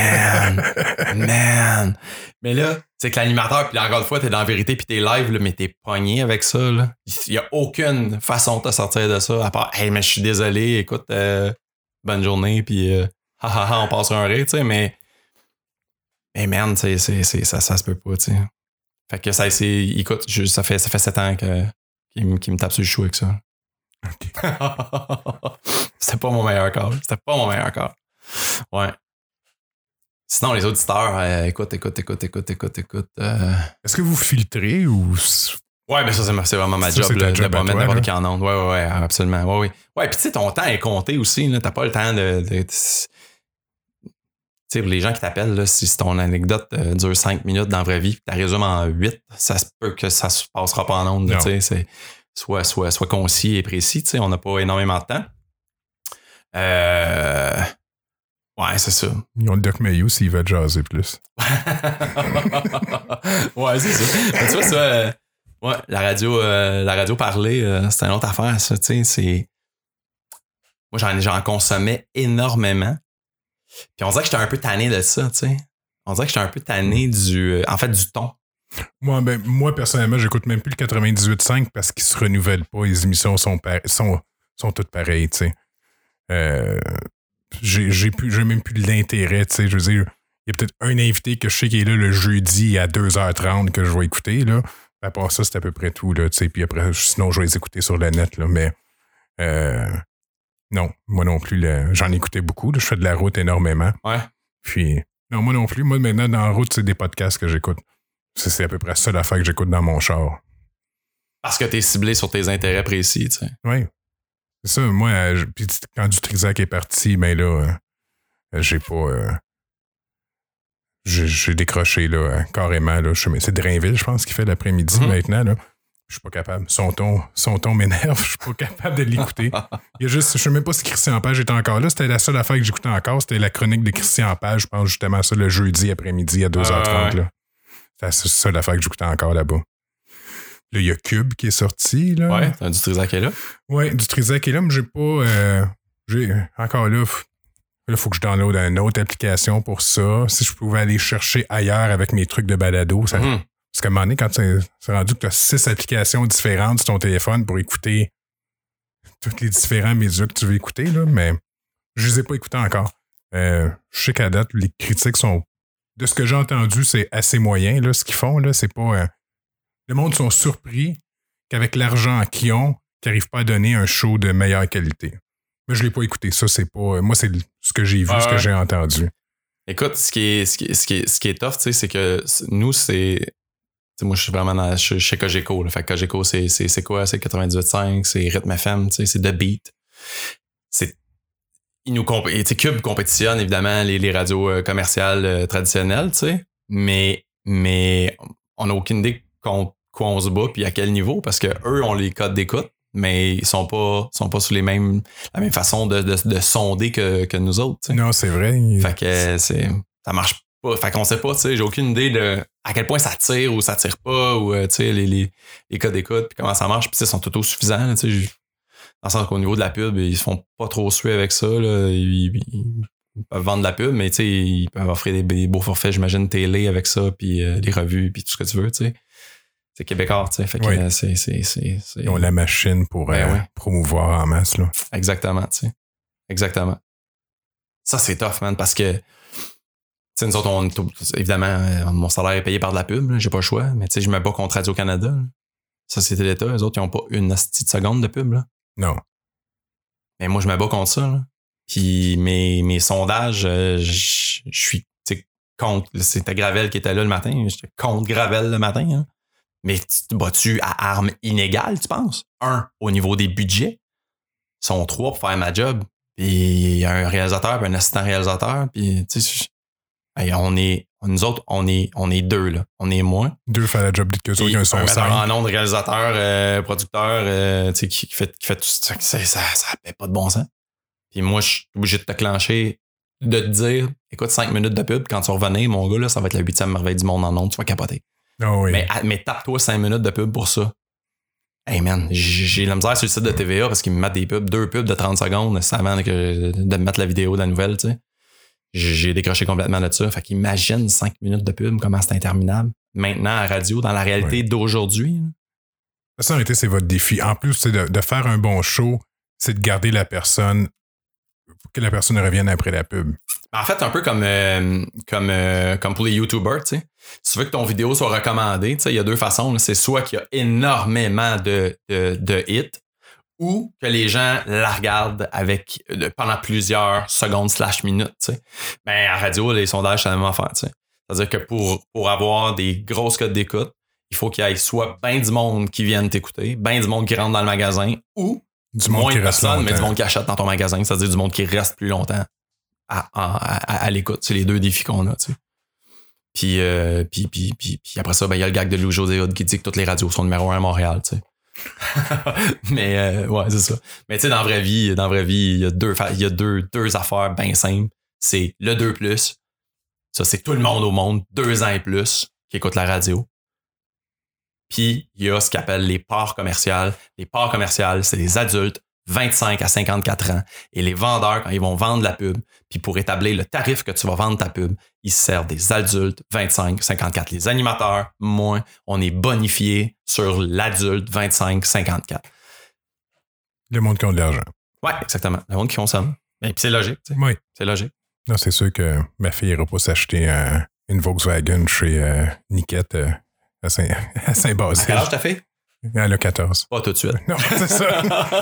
Man. Mais là, c'est que l'animateur, puis encore une fois, t'es dans la vérité, puis t'es live, là, mais t'es pogné avec ça. Là. Il y a aucune façon de te sortir de ça, à part, hey, mais je suis désolé, écoute, bonne journée, puis on passe sur un rire, tu sais, mais man, ça se peut pas, tu sais. Fait que écoute, ça fait 7 ans qu'il me tape sur le chou avec ça. Okay. C'était pas mon meilleur call. Ouais. Sinon, les auditeurs, écoute. Est-ce que vous filtrez ou. Ouais, mais ça, c'est vraiment ma job, de pas mettre n'importe qui en onde. Ouais, absolument. Ouais. Ouais, puis tu sais, ton temps est compté aussi. Là. T'as pas le temps de tu sais, pour les gens qui t'appellent, là, si ton anecdote dure 5 minutes dans la vraie vie, tu la résumes en 8, ça se peut que ça se passera pas en onde. Tu sais, c'est. Soit concis et précis, tu sais, on n'a pas énormément de temps. Ouais, c'est ça. Ils ont le Doc Mayou s'il va jaser plus. Ouais, c'est ça. Mais tu vois, ça, ouais, la radio parlée, c'est une autre affaire, ça, tu sais, c'est. Moi, j'en consommais énormément. Puis on dirait que j'étais un peu tanné de ça, tu sais. On dirait que j'étais un peu tanné du ton. Moi, personnellement, j'écoute même plus le 98.5 parce qu'ils se renouvellent pas. Les émissions sont toutes pareilles, tu sais. j'ai même plus de l'intérêt, tu sais, je veux dire, il y a peut-être un invité que je sais qui est là le jeudi à 2h30 que je vais écouter, là. À part ça, c'est à peu près tout, là, tu sais, puis après, sinon, je vais les écouter sur le net, là, mais non, moi non plus, j'en écoutais beaucoup, là, je fais de la route énormément. Ouais. Puis, non, moi non plus, moi maintenant, dans la route, c'est des podcasts que j'écoute. C'est à peu près ça l'affaire que j'écoute dans mon char. Parce que t'es ciblé sur tes intérêts précis, tu sais. Oui. C'est ça, moi, puis quand du Trisac est parti, ben là, j'ai pas... j'ai décroché, là, carrément, là. C'est Drainville, je pense, qui fait l'après-midi maintenant, là. Je suis pas capable. Son ton m'énerve, je suis pas capable de l'écouter. Il y a juste, je sais même pas si Christian Page était encore là. C'était la seule affaire que j'écoutais encore. C'était la chronique de Christian Page, je pense justement ça le jeudi après-midi à 2h30. Là. C'était la seule affaire que j'écoutais encore là-bas. Là, il y a Cube qui est sorti. Là. Ouais, du Trisac est là. Ouais, du Trisac est là, mais j'ai pas. J'ai encore là. Il faut que je download une autre application pour ça. Si je pouvais aller chercher ailleurs avec mes trucs de balado, ça. Parce qu'à un moment donné, quand c'est rendu que tu as 6 applications différentes sur ton téléphone pour écouter tous les différents médias que tu veux écouter, là, mais je les ai pas écoutés encore. Je sais qu'à date, les critiques sont... De ce que j'ai entendu, c'est assez moyen, là, ce qu'ils font. Là, c'est pas... le monde sont surpris qu'avec l'argent qu'ils ont, qu'ils n'arrivent pas à donner un show de meilleure qualité. Mais je l'ai pas écouté. Ça, c'est pas... Moi, c'est ce que j'ai vu, ce que j'ai entendu. Écoute, ce qui est tough, tu sais, c'est que nous, c'est... T'sais, moi, je suis vraiment chez Cogeco. Là. Fait que Cogeco, c'est quoi? C'est 98.5, c'est Rythme FM, c'est The Beat. Cube compétitionne, évidemment, les radios commerciales traditionnelles, mais on n'a aucune idée contre quoi on se bat puis à quel niveau, parce que eux ont les codes d'écoute, mais ils sont pas sur la même façon de sonder que nous autres. T'sais. Non, c'est vrai. Fait que ça marche pas. Fait qu'on sait pas, tu sais, j'ai aucune idée de à quel point ça tire ou ça tire pas, ou tu sais, les codes d'écoute, puis comment ça marche, puis ils sont autosuffisants, tu sais. Dans le sens qu'au niveau de la pub, ils se font pas trop suer avec ça, là. Ils peuvent vendre de la pub, mais tu sais, ils peuvent offrir des beaux forfaits, j'imagine, télé avec ça, puis les revues, puis tout ce que tu veux, tu sais. C'est québécois, tu sais. Fait que c'est. Ils ont la machine pour promouvoir en masse, là. Exactement, tu sais. Exactement. Ça, c'est tough, man, parce que tu sais, nous autres, évidemment, mon salaire est payé par de la pub, là, j'ai pas le choix, mais tu sais, je me bats contre Radio-Canada. Là. Société d'État, eux autres, ils ont pas une petite seconde de pub, là. Non. Mais moi, je me bats contre ça, là. Puis mes sondages, je suis contre. C'était Gravel qui était là le matin. J'étais contre Gravel le matin. Hein. Mais tu te bats-tu à armes inégales, tu penses? 1, au niveau des budgets. Ils sont 3 pour faire ma job. Puis il y a un réalisateur puis un assistant réalisateur. Puis tu sais, nous autres, on est 2, là. On est moins. 2 faire la job de que qui a un son metteur en ondes, réalisateur, producteur, qui fait tout ça. Ça fait pas de bon sens. Puis moi, je suis obligé de te clencher, de te dire, écoute, 5 minutes de pub, quand tu revenais, mon gars, là, ça va être la 8e merveille du monde en ondes, tu vas capoter. Oh oui. Mais tape-toi 5 minutes de pub pour ça. Hey man, j'ai la misère sur le site de TVA parce qu'ils me mettent des pubs, 2 pubs de 30 secondes avant de me mettre la vidéo de la nouvelle, tu sais. J'ai décroché complètement de ça. Fait qu'imagine 5 minutes de pub, comment c'est interminable. Maintenant, à radio, dans la réalité d'aujourd'hui. Ça, en réalité, c'est votre défi. En plus, c'est de faire un bon show, c'est de garder la personne pour que la personne revienne après la pub. En fait, un peu comme pour les YouTubers, tu sais. Si tu veux que ton vidéo soit recommandée, tu sais, il y a 2 façons. Là. C'est soit qu'il y a énormément de hits, ou que les gens la regardent pendant plusieurs secondes / minutes. T'sais. Ben, à radio, les sondages, c'est la même affaire. T'sais. C'est-à-dire que pour avoir des grosses codes d'écoute, il faut qu'il y ait soit bien du monde qui vienne t'écouter, bien du monde qui rentre dans le magasin, ou du monde moins qui de reste personnes, longtemps. mais du monde qui achète dans ton magasin, c'est-à-dire du monde qui reste plus longtemps à l'écoute. C'est les 2 défis qu'on a. T'sais. Puis après ça, ben, il y a le gag de Louis-José Hood qui dit que toutes les radios sont numéro 1 à Montréal. T'sais. Mais ouais, c'est ça. Mais tu sais, dans la vraie vie, il y a deux affaires bien simples. C'est le 2+. Ça, c'est tout le monde au monde, 2 ans et plus, qui écoute la radio. Puis, il y a ce qu'on appelle les parts commerciales. Les parts commerciales, c'est les adultes 25 à 54 ans. Et les vendeurs, quand ils vont vendre la pub, puis pour établir le tarif que tu vas vendre ta pub, ils se servent des adultes 25, 54. Les animateurs, moins, on est bonifié sur l'adulte 25, 54. Le monde qui a de l'argent. Ouais, exactement. Le monde qui consomme. Et puis c'est logique. Oui. C'est logique. Non, c'est sûr que ma fille n'ira pas s'acheter une Volkswagen chez Niquette à Saint-Basile. À quel âge ta fille? Elle a 14. Pas tout de suite. Non, c'est ça.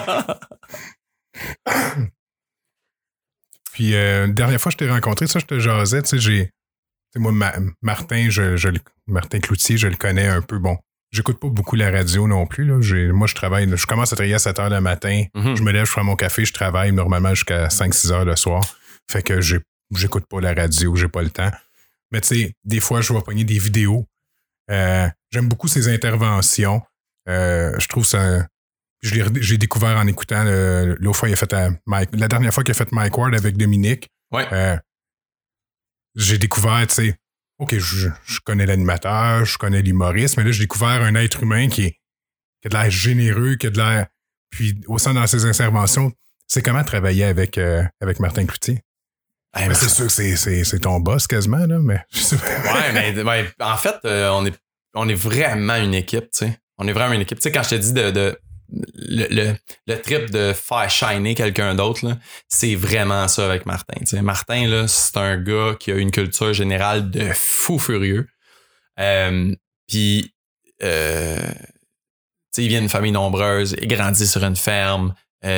Puis, dernière fois que je t'ai rencontré, ça, je te jasais, tu sais, moi, Martin, Martin Cloutier, je le connais un peu. Bon, j'écoute pas beaucoup la radio non plus, là. Moi, je travaille, je commence à travailler à 7 h le matin. Mm-hmm. Je me lève, je prends mon café, je travaille normalement jusqu'à 5-6 heures le soir. Fait que j'écoute pas la radio, j'ai pas le temps. Mais tu sais, des fois, je vais pogner des vidéos. J'aime beaucoup ses interventions. Je trouve ça... J'ai découvert en écoutant l'autre fois, la dernière fois qu'il a fait Mike Ward avec Dominique. Ouais. J'ai découvert, tu sais, OK, je connais l'animateur, je connais l'humoriste, mais là, j'ai découvert un être humain qui a de l'air généreux, qui a de l'air... Puis, au sein dans ses interventions, c'est comment travailler avec Martin Cloutier? Mais c'est sûr que c'est ton boss quasiment, là, mais... Ouais, mais en fait, on est vraiment une équipe, tu sais. On est vraiment une équipe. Tu sais, quand je te dis le trip de faire shiner quelqu'un d'autre, là, c'est vraiment ça avec Martin. Tu sais. Martin, là, c'est un gars qui a une culture générale de fou furieux. Puis, tu sais, il vient d'une famille nombreuse, il grandit sur une ferme.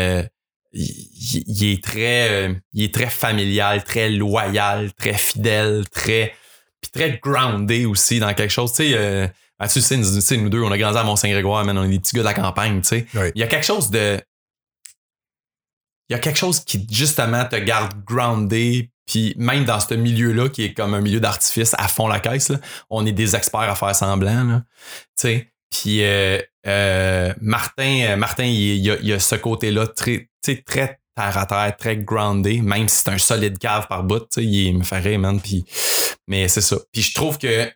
Il est très familial, très loyal, très fidèle, puis très groundé aussi dans quelque chose. Tu sais, tu sais, nous deux, on a grandi à Mont-Saint-Grégoire, man, on est des petits gars de la campagne, tu sais. Oui. Il y a quelque chose qui, justement, te garde groundé, puis même dans ce milieu-là, qui est comme un milieu d'artifice à fond la caisse, là, on est des experts à faire semblant, là. Tu sais. Puis Martin, il a ce côté-là très terre à terre, très groundé, même si c'est un solide cave par bout, tu sais, il me fait rire, man. Mais c'est ça. Puis je trouve que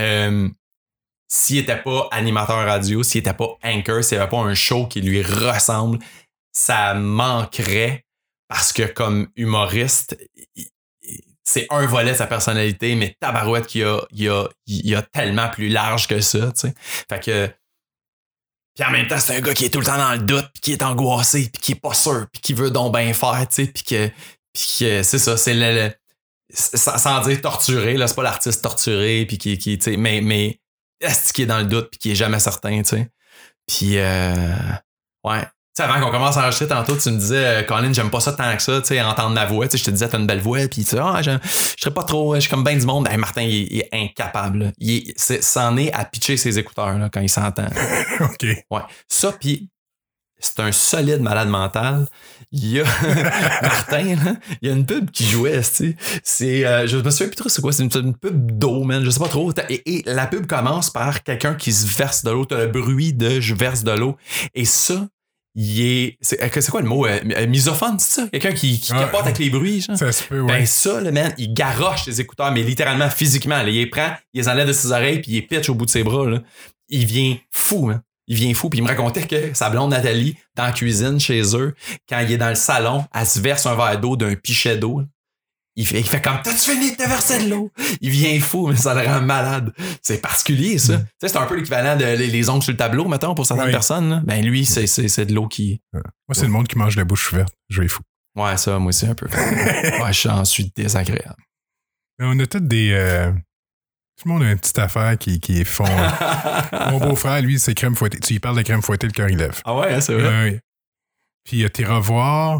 s'il était pas animateur radio, s'il était pas anchor, s'il n'y avait pas un show qui lui ressemble, ça manquerait parce que comme humoriste, c'est un volet de sa personnalité, mais tabarouette qu'il y a tellement plus large que ça, tu sais. Fait que... Puis en même temps, c'est un gars qui est tout le temps dans le doute, puis qui est angoissé, puis qui est pas sûr, puis qui veut donc bien faire, tu sais, puis que c'est ça, c'est sans dire torturé, là, c'est pas l'artiste torturé, puis qui tu sais, mais est-ce qui est dans le doute, puis qui est jamais certain, tu sais. Puis, ouais. Tu sais, avant qu'on commence à enregistrer tantôt, tu me disais, Colin, j'aime pas ça tant que ça, tu sais, entendre ma voix. Tu sais, je te disais, t'as une belle voix, puis tu sais, je serais pas trop, je suis comme ben du monde. Hey, Martin, il est incapable. C'en est à pitcher ses écouteurs là, quand il s'entend. OK. Ouais. Ça, puis c'est un solide malade mental. Il y a Martin, là, il y a une pub qui jouait, tu sais. Je me souviens plus trop c'est quoi, c'est une pub d'eau, man. Je sais pas trop. Et la pub commence par quelqu'un qui se verse de l'eau. T'as le bruit de je verse de l'eau. Et ça, c'est quoi le mot? Misophone, c'est ça? Quelqu'un qui capote avec les bruits, genre? Ça se peut, ouais. Ben ça, le man, il garoche les écouteurs, mais littéralement, physiquement. Là, il les prend, il les enlève de ses oreilles, puis il les pitch au bout de ses bras. Là. Il vient fou, hein. Il vient fou, puis il me racontait que sa blonde Nathalie, dans la cuisine chez eux, quand il est dans le salon, elle se verse un verre d'eau d'un pichet d'eau. Là. Il fait comme, t'as-tu fini de te verser de l'eau? Il vient fou, mais ça le rend malade. C'est particulier, ça. Tu sais, c'est un peu l'équivalent de les ongles sur le tableau, mettons, pour certaines personnes. Là. Ben lui, c'est de l'eau qui... Moi, c'est le monde qui mange la bouche ouverte. Je vais fou. Ouais, ça, moi aussi, un peu. Ouais, j'en suis désagréable. Mais on a tous des... Tout le monde a une petite affaire qui est fond. Mon beau-frère, lui, c'est crème fouettée. Tu lui parles de crème fouettée, le cœur, il lève. Ah ouais, c'est vrai? Oui. Puis t'iras voir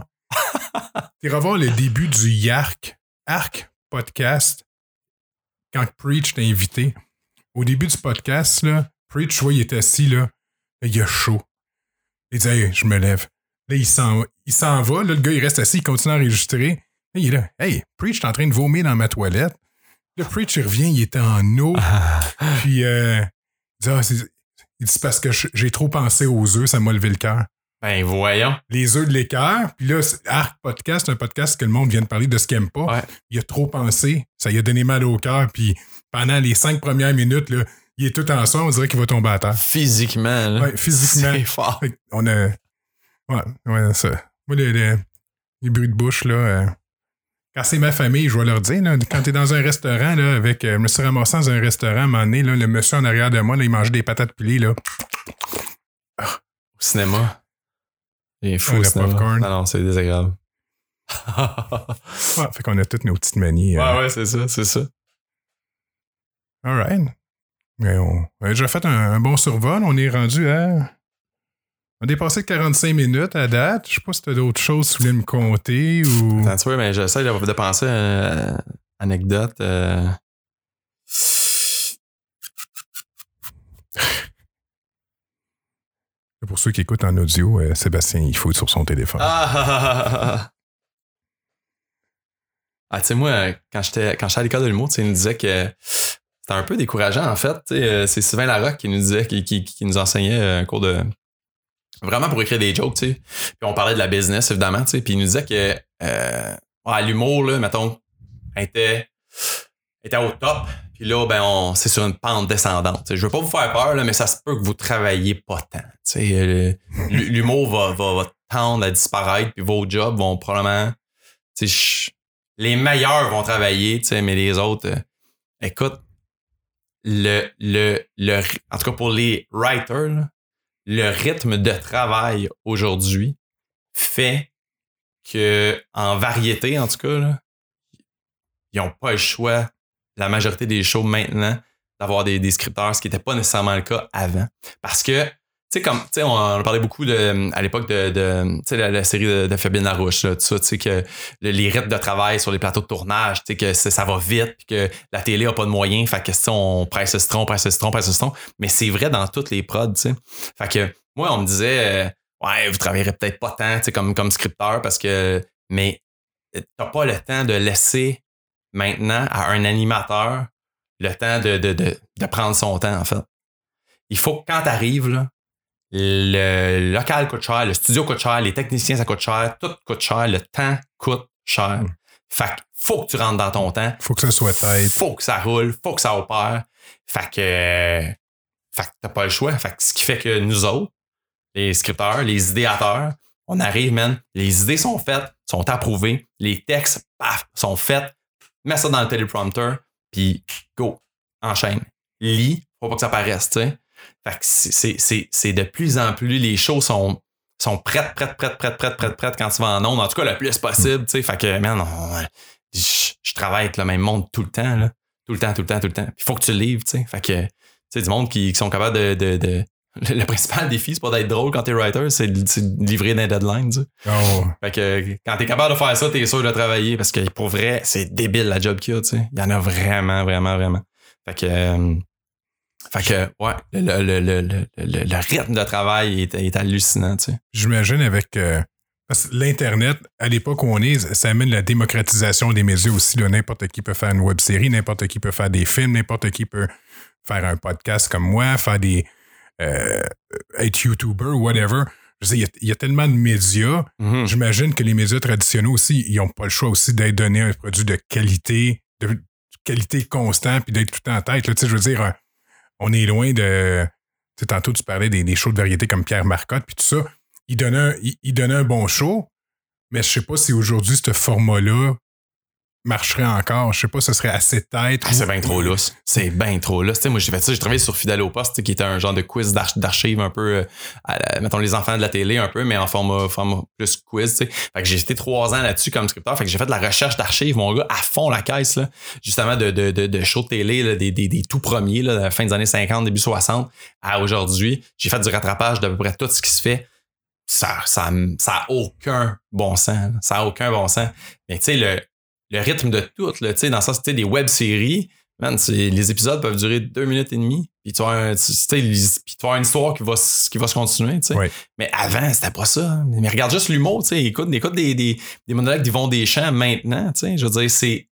le début du Arc podcast quand Preach t'a invité. Au début du podcast, là, Preach, tu vois, il est assis, là, il a chaud. Il dit, hey, je me lève. Là, il s'en va, là, le gars, il reste assis, il continue à enregistrer. Là, il est là, hey, Preach, t'es en train de vomir dans ma toilette. Là, Preach, il revient, il était en eau. Puis, il dit, c'est parce que j'ai trop pensé aux œufs, ça m'a levé le cœur. Ben, voyons. Les œufs de l'équerre. Puis là, Arc Podcast, c'est un podcast que le monde vient de parler de ce qu'il n'aime pas. Ouais. Il a trop pensé. Ça lui a donné mal au cœur. Puis pendant les 5 premières minutes, là, il est tout en soi. On dirait qu'il va tomber à terre. Physiquement. Là. Ouais, physiquement. C'est fort. On a... Ouais, ça. Moi, les bruits de bouche, là... Quand c'est ma famille, je vais leur dire, là, quand t'es dans un restaurant, là, je me suis ramassé dans un restaurant, à un moment donné, là, le monsieur en arrière de moi, là, il mangeait des patates pilées, là. Au cinéma. J'ai fou, le ça. popcorn. Non, c'est désagréable. Ouais, fait qu'on a toutes nos petites manies. Ouais, c'est ça. All right. On a déjà fait un bon survol. On est rendu à... On a dépassé 45 minutes à date. Je sais pas si tu as d'autres choses que tu voulais me conter ou... Attends, tu vois, mais j'essaie de penser à une anecdote. Pour ceux qui écoutent en audio, Sébastien, il faut être sur son téléphone. Ah, tu sais, moi, quand j'étais à l'école de l'humour, il nous disait que c'était un peu décourageant, en fait. C'est Sylvain Larocque qui nous disait, qui nous enseignait un cours de... Vraiment pour écrire des jokes, tu sais. Puis on parlait de la business, évidemment, tu sais. Puis il nous disait que l'humour, là, mettons, était au top. Puis là, ben, c'est sur une pente descendante. T'sais. Je veux pas vous faire peur, là, mais ça se peut que vous travaillez pas tant. L'humour va tendre à disparaître, puis vos jobs vont probablement... les meilleurs vont travailler, mais les autres... écoute, en tout cas pour les writers, là, le rythme de travail aujourd'hui fait que en variété, en tout cas, là, ils n'ont pas le choix, la majorité des shows maintenant, d'avoir des scripteurs, ce qui n'était pas nécessairement le cas avant. Parce que, on a parlé beaucoup à l'époque de la série de Fabienne Larouche, là, tout ça, que les rythmes de travail sur les plateaux de tournage, que ça va vite, puis que la télé n'a pas de moyens, fait que on presse le citron. Mais c'est vrai dans toutes les prods, t'sais. Fait que moi, on me disait, ouais, vous travaillerez peut-être pas tant comme scripteur, parce que, mais t'as pas le temps de laisser maintenant à un animateur le temps de prendre son temps, en fait. Il faut que quand t'arrives, là, le local coûte cher, le studio coûte cher, les techniciens, ça coûte cher, tout coûte cher, le temps coûte cher. Fait que faut que tu rentres dans ton temps. Faut que ça soit tête. Faut que ça roule, faut que ça opère. Fait que t'as pas le choix. Fait que ce qui fait que nous autres, les scripteurs, les idéateurs, on arrive, man, les idées sont faites, sont approuvées, les textes, paf, sont faits, mets ça dans le téléprompter, puis go, enchaîne. Lis, faut pas que ça paraisse, tu sais. Fait que c'est de plus en plus, les shows sont prêtes quand tu vas en ondes, en tout cas le plus possible, tu sais. Fait que, man, je travaille avec le même monde tout le temps, là. Tout le temps. Il faut que tu le livres, tu sais. Fait que, tu sais, du monde qui sont capables de le principal défi, c'est pas d'être drôle quand t'es writer, c'est de livrer des deadlines, tu sais. Oh. Fait que quand t'es capable de faire ça, t'es sûr de travailler, parce que pour vrai, c'est débile la job qu'il y a, tu sais. Il y en a vraiment. Fait que ouais, le rythme de travail est hallucinant, tu sais. J'imagine avec parce que l'Internet, à l'époque où on est, ça amène la démocratisation des médias aussi. Là. N'importe qui peut faire une web-série, n'importe qui peut faire des films, n'importe qui peut faire un podcast comme moi, faire des être YouTuber, whatever. Je sais, il y a tellement de médias. Mm-hmm. J'imagine que les médias traditionnels aussi, ils n'ont pas le choix aussi d'être donné un produit de qualité constante, puis d'être tout en tête. Là, je veux dire, on est loin de... Tantôt, tu parlais des shows de variété comme Pierre Marcotte, puis tout ça. Il donnait un bon show, mais je sais pas si aujourd'hui, ce format-là marcherait encore. Je sais pas si ce serait assez tête. Ah, c'est bien trop lousse. C'est bien trop lousse. Moi, j'ai fait ça. J'ai travaillé sur Fidèle au poste, qui était un genre de quiz d'archives un peu, mettons, les enfants de la télé un peu, mais en format plus quiz. T'sais. Fait que j'ai été 3 ans là-dessus comme scripteur. Fait que j'ai fait de la recherche d'archives, mon gars, à fond la caisse, là, justement de shows de télé, là, des tout premiers, là, de la fin des années 50, début 60 à aujourd'hui. J'ai fait du rattrapage d'à peu près tout ce qui se fait. Ça a aucun bon sens. Là. Ça a aucun bon sens. Mais tu sais, le rythme de tout, là, tu sais, dans ça, c'était des web-séries. Man, les épisodes peuvent durer 2 minutes et demie. Puis tu vas avoir une histoire qui va se continuer, tu sais. Oui. Mais avant, c'était pas ça. Mais regarde juste l'humour, tu sais. Écoute des monologues d'Yvon Deschamps maintenant, tu sais. Je veux dire, c'est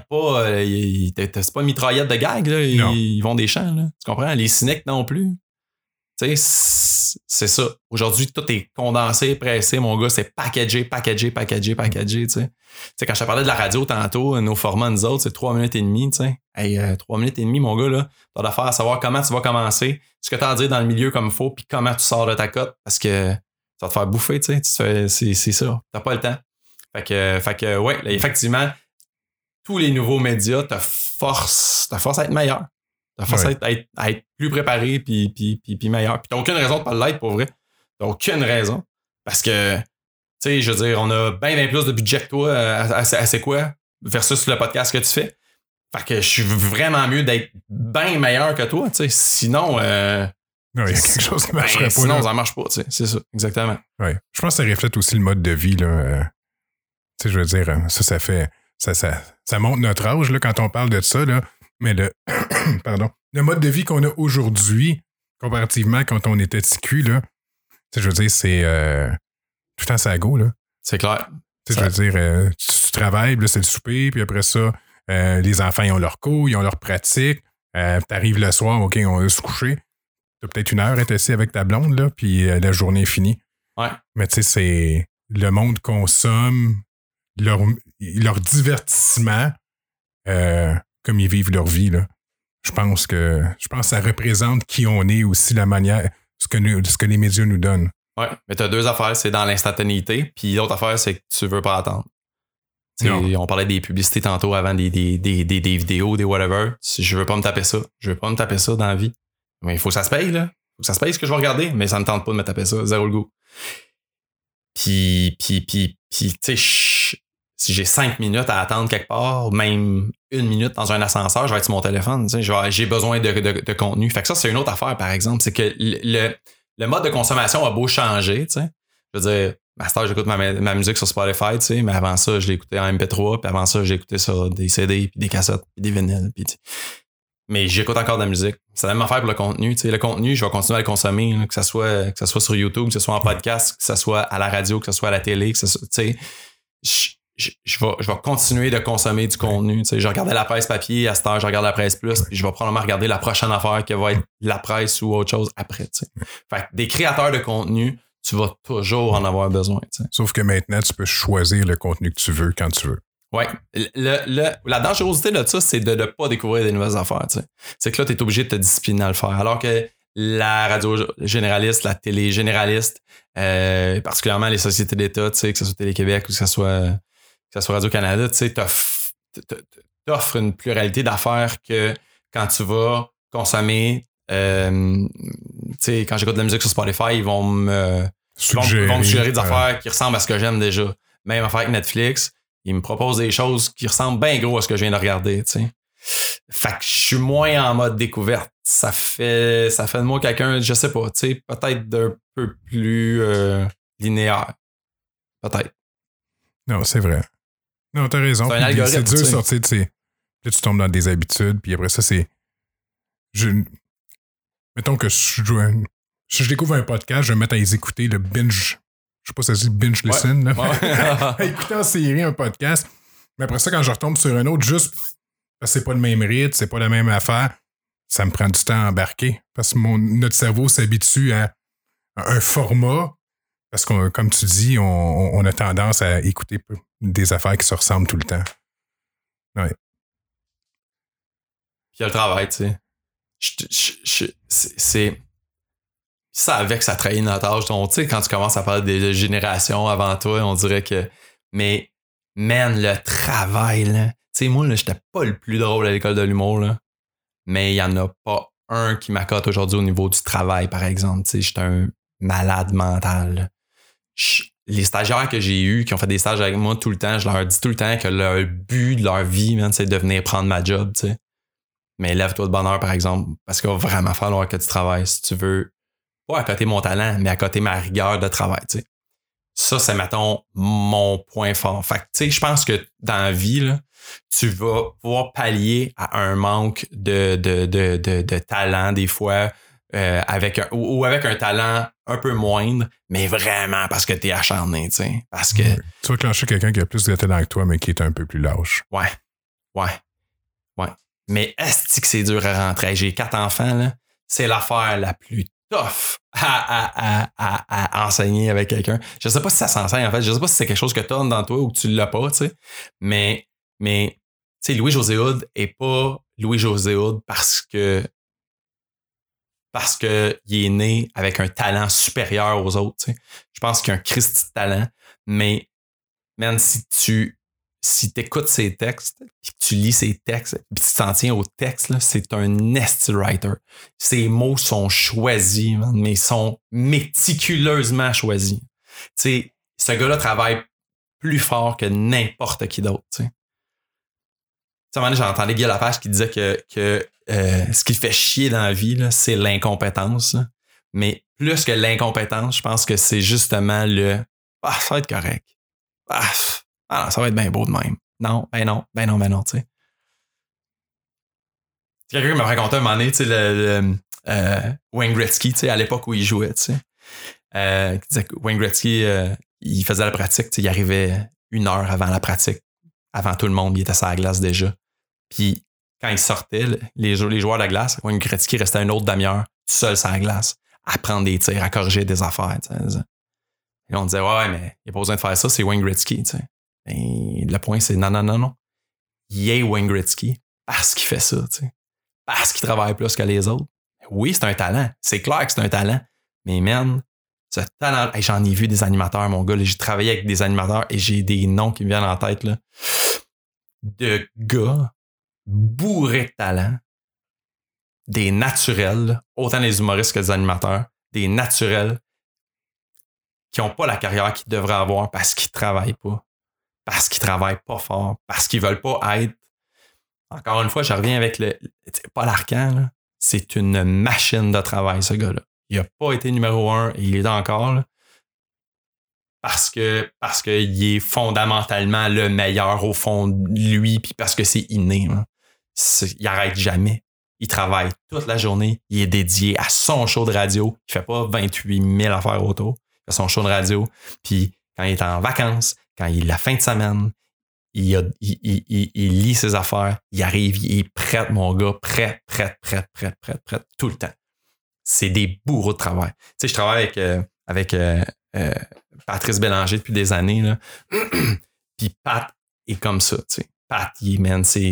pas une mitraillette de gag, là. Yvon Deschamps, là. Tu comprends? Les cyniques non plus. Tu sais, c'est ça. Aujourd'hui, tout est condensé, pressé, mon gars. C'est packagé, tu sais. Tu sais, quand je te parlais de la radio tantôt, nos formats, nous autres, c'est 3 minutes et demie, tu sais. Hey, 3 minutes et demie, mon gars, là, t'as d'affaire à savoir comment tu vas commencer, ce que t'as à dire dans le milieu comme il faut, puis comment tu sors de ta cote, parce que ça va te faire bouffer, tu sais. C'est ça. T'as pas le temps. Fait que ouais, là, effectivement, tous les nouveaux médias te forcent à être meilleur. T'as forcé à être plus préparé puis meilleur. Puis t'as aucune raison de pas l'être, pour vrai. T'as aucune raison. Parce que, tu sais, je veux dire, on a bien plus de budget que toi à C'est quoi versus le podcast que tu fais. Fait que je suis vraiment mieux d'être bien meilleur que toi, tu sais. Sinon, non, il y a quelque chose qui marcherait pas. Sinon, là. ça marche pas, tu sais. C'est ça, exactement. Ouais. Je pense que ça reflète aussi le mode de vie, là. Tu sais, je veux dire, ça fait. Ça montre notre âge, là, quand on parle de ça, là. Mais pardon. Le mode de vie qu'on a aujourd'hui, comparativement quand on était TQ, là. Tu sais, je veux dire, c'est. Tout le temps, ça go, là. C'est clair. Tu sais, je veux dire, tu travailles, là, c'est le souper, puis après ça, les enfants, ils ont leur cours, ils ont leur pratique. T'arrives le soir, OK, on va se coucher. T'as peut-être une heure à être assis avec ta blonde, là, puis la journée est finie. Ouais. Mais tu sais, c'est. Le monde consomme leur divertissement comme ils vivent leur vie, là. Je pense que ça représente qui on est aussi, la manière, ce que les médias nous donnent. Ouais, mais t'as deux affaires, c'est dans l'instantanéité, puis l'autre affaire, c'est que tu veux pas attendre. On parlait des publicités tantôt avant des vidéos, des whatever. Je veux pas me taper ça. Je veux pas me taper ça dans la vie. Mais il faut que ça se paye, là. Il faut que ça se paye ce que je vais regarder, mais ça me tente pas de me taper ça. Zéro le goût. Puis tu sais, si j'ai 5 minutes à attendre quelque part, même 1 minute dans un ascenseur, je vais être sur mon téléphone. J'ai besoin de contenu. Fait que ça, c'est une autre affaire, par exemple. C'est que le mode de consommation a beau changer, tu sais. Je veux dire, à cette heure, j'écoute ma musique sur Spotify, tu sais, mais avant ça, je l'écoutais en MP3, puis avant ça, j'ai écouté sur des CD, puis des cassettes, puis des vinyles, puis mais j'écoute encore de la musique. C'est la même affaire pour le contenu. Tu sais, le contenu, je vais continuer à le consommer, là, que ça soit sur YouTube, que ce soit en podcast, que ce soit à la radio, que ce soit à la télé, que ce soit, tu sais, je vais continuer de consommer du contenu. Tu sais, je regardais la presse papier, à cette heure, je regarde la presse plus, puis je vais probablement regarder la prochaine affaire qui va être la presse ou autre chose après. Tu sais. Fait que des créateurs de contenu, tu vas toujours en avoir besoin. Tu sais. Sauf que maintenant, tu peux choisir le contenu que tu veux quand tu veux. Ouais. La dangerosité de ça, c'est de ne pas découvrir des nouvelles affaires. Tu sais. C'est que là, tu es obligé de te discipliner à le faire. Alors que la radio généraliste, la télé généraliste, particulièrement les sociétés d'État, tu sais, que ce soit Télé-Québec ou que ce soit Radio-Canada, tu sais, t'offres une pluralité d'affaires que quand tu vas consommer, tu sais, quand j'écoute de la musique sur Spotify, ils vont me suggérer des affaires qui ressemblent à ce que j'aime déjà. Même affaire avec Netflix, ils me proposent des choses qui ressemblent bien gros à ce que je viens de regarder, tu sais. Fait que je suis moins en mode découverte. Ça fait de moi quelqu'un, je sais pas, tu sais, peut-être d'un peu plus linéaire. Peut-être. Non, c'est vrai. Non, t'as raison. C'est un algorithme. C'est dur de sortir de ces. Là, tu tombes dans des habitudes, puis après ça, c'est. Mettons que si je découvre un podcast, je vais me mettre à les écouter, le binge. Je sais pas si ça dit binge listen. Ouais. Là. À écouter en série un podcast. Mais après ça, quand je retombe sur un autre, juste parce que c'est pas le même rythme, c'est pas la même affaire, ça me prend du temps à embarquer. Parce que notre cerveau s'habitue à un format. Parce que, comme tu dis, on a tendance à écouter des affaires qui se ressemblent tout le temps. Ouais. Puis il y a le travail, tu sais. C'est ça avec ça trahit notre âge. Tu sais, quand tu commences à parler des générations avant toi, on dirait que. Mais, man, le travail, là. Tu sais, moi, là, j'étais pas le plus drôle à l'école de l'humour, là. Mais il y en a pas un qui m'accote aujourd'hui au niveau du travail, par exemple. Tu sais, j'étais un malade mental, là. Les stagiaires que j'ai eus, qui ont fait des stages avec moi tout le temps, je leur dis tout le temps que leur but de leur vie, man, c'est de venir prendre ma job, tu sais. Mais lève-toi de bonne heure, par exemple, parce qu'il va vraiment falloir que tu travailles si tu veux, pas à côté mon talent, mais à côté ma rigueur de travail, tu sais. Ça, c'est, mettons, mon point fort. Fait que, tu sais, je pense que dans la vie, là, tu vas pouvoir pallier à un manque de talent, des fois, avec un talent un peu moindre, mais vraiment parce que t'es acharné, tu sais. Parce que. Tu vas clencher quelqu'un qui a plus de talent que toi, mais qui est un peu plus lâche. Ouais. Mais est-ce que c'est dur à rentrer? J'ai 4 enfants, là. C'est l'affaire la plus tough à enseigner avec quelqu'un. Je sais pas si ça s'enseigne, en fait. Je sais pas si c'est quelque chose que t'as dans toi ou que tu l'as pas, tu sais. Mais tu sais, Louis-José Hood est pas Louis-José Hood parce que il est né avec un talent supérieur aux autres, tu sais. Je pense qu'il y a un Christi de talent, mais man, si t'écoutes ses textes, puis que tu lis ses textes, puis tu t'en tiens au texte, là, c'est un nasty writer. Ses mots sont choisis, man, mais ils sont méticuleusement choisis. sais, ce gars-là travaille plus fort que n'importe qui d'autre, tu sais. À un moment donné, j'entendais Guy Lapage qui disait que ce qui fait chier dans la vie, là, c'est l'incompétence. Là. Mais plus que l'incompétence, je pense que c'est justement ça va être correct. Non, ça va être bien beau de même. Non, tu sais. Quelqu'un m'a raconté un moment donné, tu sais, Wayne Gretzky, tu sais, à l'époque où il jouait, tu sais. Qui disait que Wayne Gretzky, il faisait la pratique, tu sais, il arrivait 1 heure avant la pratique. Avant tout le monde, il était sur la glace déjà. Puis quand il sortait, les joueurs de la glace, Wayne Gretzky restait une autre demi-heure tout seul sur la glace, à prendre des tirs, à corriger des affaires. T'sais. Et on disait, ouais, mais il n'y a pas besoin de faire ça, c'est Wayne Gretzky. T'sais. Et le point, c'est non. Il est Wayne Gretzky parce qu'il fait ça, t'sais. Parce qu'il travaille plus que les autres. Oui, c'est un talent. C'est clair que c'est un talent. Mais man, ce talent, j'en ai vu des animateurs, mon gars. Là, j'ai travaillé avec des animateurs et j'ai des noms qui me viennent en tête là, de gars bourrés de talent, des naturels, autant les humoristes que les animateurs, des naturels qui n'ont pas la carrière qu'ils devraient avoir parce qu'ils travaillent pas, parce qu'ils travaillent pas fort, parce qu'ils veulent pas être. Encore une fois, je reviens avec Paul Arcand, là, c'est une machine de travail, ce gars-là. Il n'a pas été numéro 1 et il est encore là, parce qu'il est fondamentalement le meilleur au fond de lui, puis parce que c'est inné. Hein. Il n'arrête jamais. Il travaille toute la journée. Il est dédié à son show de radio. Il fait pas 28 000 affaires autour. Il fait son show de radio. Puis quand il est en vacances, quand il est la fin de semaine, il lit ses affaires. Il arrive, il est prêt, mon gars. Prêt, tout le temps. C'est des bourreaux de travail. Tu sais, je travaille avec Patrice Bélanger depuis des années. Là. Puis Pat est comme ça. Tu sais. Pat, il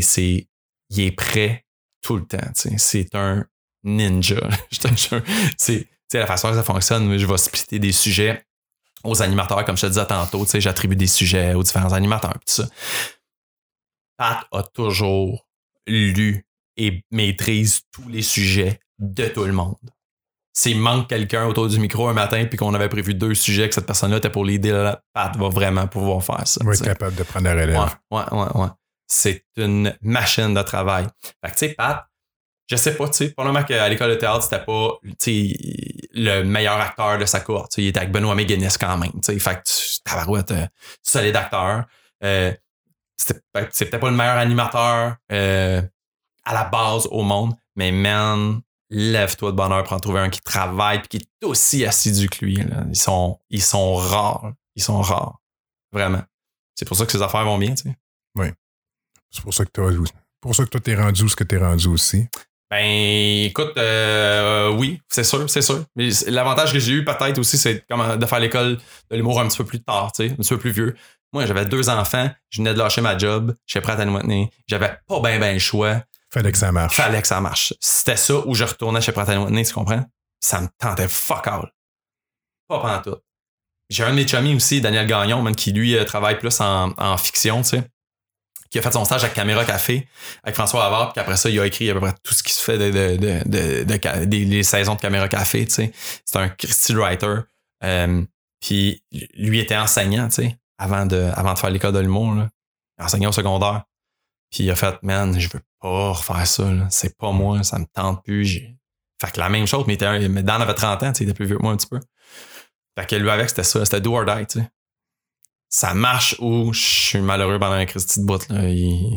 est prêt tout le temps. Tu sais. C'est un ninja. C'est la façon que ça fonctionne. Je vais splitter des sujets aux animateurs, comme je te disais tantôt. Tu sais, j'attribue des sujets aux différents animateurs. Tout ça. Pat a toujours lu et maîtrise tous les sujets de tout le monde. S'il manque quelqu'un autour du micro un matin puis qu'on avait prévu 2 sujets que cette personne-là était pour l'aider, Pat va vraiment pouvoir faire ça. Il va être capable de prendre la relève. Ouais. C'est une machine de travail. Fait que, tu sais, Pat, je sais pas, tu sais, probablement qu'à l'école de théâtre, c'était pas, tu sais, le meilleur acteur de sa cour. Tu sais, il était avec Benoît Méguinness quand même. Tu sais, fait que, tabarouette, solide acteur. C'est peut-être pas le meilleur animateur à la base au monde, mais man, lève-toi de bonne heure pour en trouver un qui travaille et qui est aussi assidu que lui. Là. Ils sont rares. Ils sont rares. Vraiment. C'est pour ça que ces affaires vont bien, tu sais. Oui. C'est pour ça que toi, t'es rendu ce que t'es rendu aussi. Ben, écoute, oui, c'est sûr. Mais l'avantage que j'ai eu peut-être aussi, c'est de faire l'école de l'humour un petit peu plus tard, tu sais, un petit peu plus vieux. Moi, j'avais 2 enfants, je venais de lâcher ma job, j'étais prêt à Watney, j'avais pas bien le choix. Fallait que ça marche. C'était ça où je retournais chez Pratt & Whitney, tu comprends? Ça me tentait fuck all. Pas pantoute. J'ai un de mes chummies aussi, Daniel Gagnon, même, qui lui travaille plus en fiction, tu sais, qui a fait son stage à Caméra Café avec François Havard, puis après ça, il a écrit à peu près tout ce qui se fait des saisons de Caméra Café, tu sais. C'est un Christy writer. Puis lui était enseignant, tu sais, avant de faire l'école de l'humour, là. Enseignant au secondaire. Puis il a fait, man, je veux pas refaire ça, là. C'est pas moi, ça me tente plus. Fait que la même chose, mais Dan avait 30 ans, tu sais, il était plus vieux que moi un petit peu. Fait que lui avec, c'était ça, c'était do or die, tu sais. Ça marche ou je suis malheureux pendant un Christy de bout, là.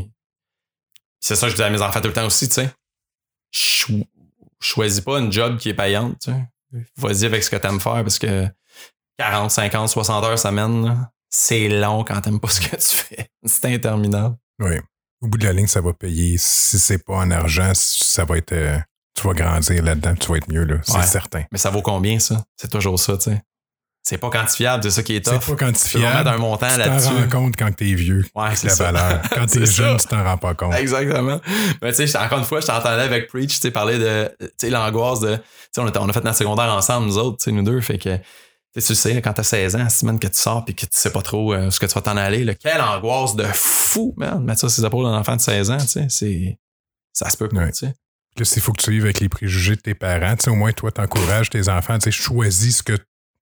C'est ça que je dis à mes enfants tout le temps aussi, tu sais. Choisis pas une job qui est payante, tu sais. Vas-y avec ce que t'aimes faire parce que 40, 50, 60 heures semaine, là, c'est long quand t'aimes pas ce que tu fais. C'est interminable. Oui. Au bout de la ligne, ça va payer. Si c'est pas en argent, ça va être... tu vas grandir là-dedans, tu vas être mieux, là. C'est certain. Mais ça vaut combien, ça? C'est toujours ça, tu sais. C'est pas quantifiable, c'est ça qui est tough. C'est pas quantifiable. Tu vas mettre un montant là-dessus. Tu t'en rends compte quand t'es vieux. Ouais, c'est la ça. valeur. Quand t'es jeune, tu t'en rends pas compte. Exactement. Mais tu sais, encore une fois, je t'entendais avec Preach, tu sais, parler de, tu sais, l'angoisse de, tu sais, on a fait notre secondaire ensemble, nous autres, tu sais, nous deux, fait que, tu sais, quand t'as 16 ans, semaine que tu sors puis que tu sais pas trop ce que tu vas t'en aller, là, quelle angoisse de fou, man. Mettre ça sur ses épaules d'un enfant de 16 ans, tu sais, ça se peut pas, tu sais. Là, s'il faut que tu vives avec les préjugés de tes parents, tu sais, au moins, toi, t'encourages tes enfants, tu sais, choisis ce que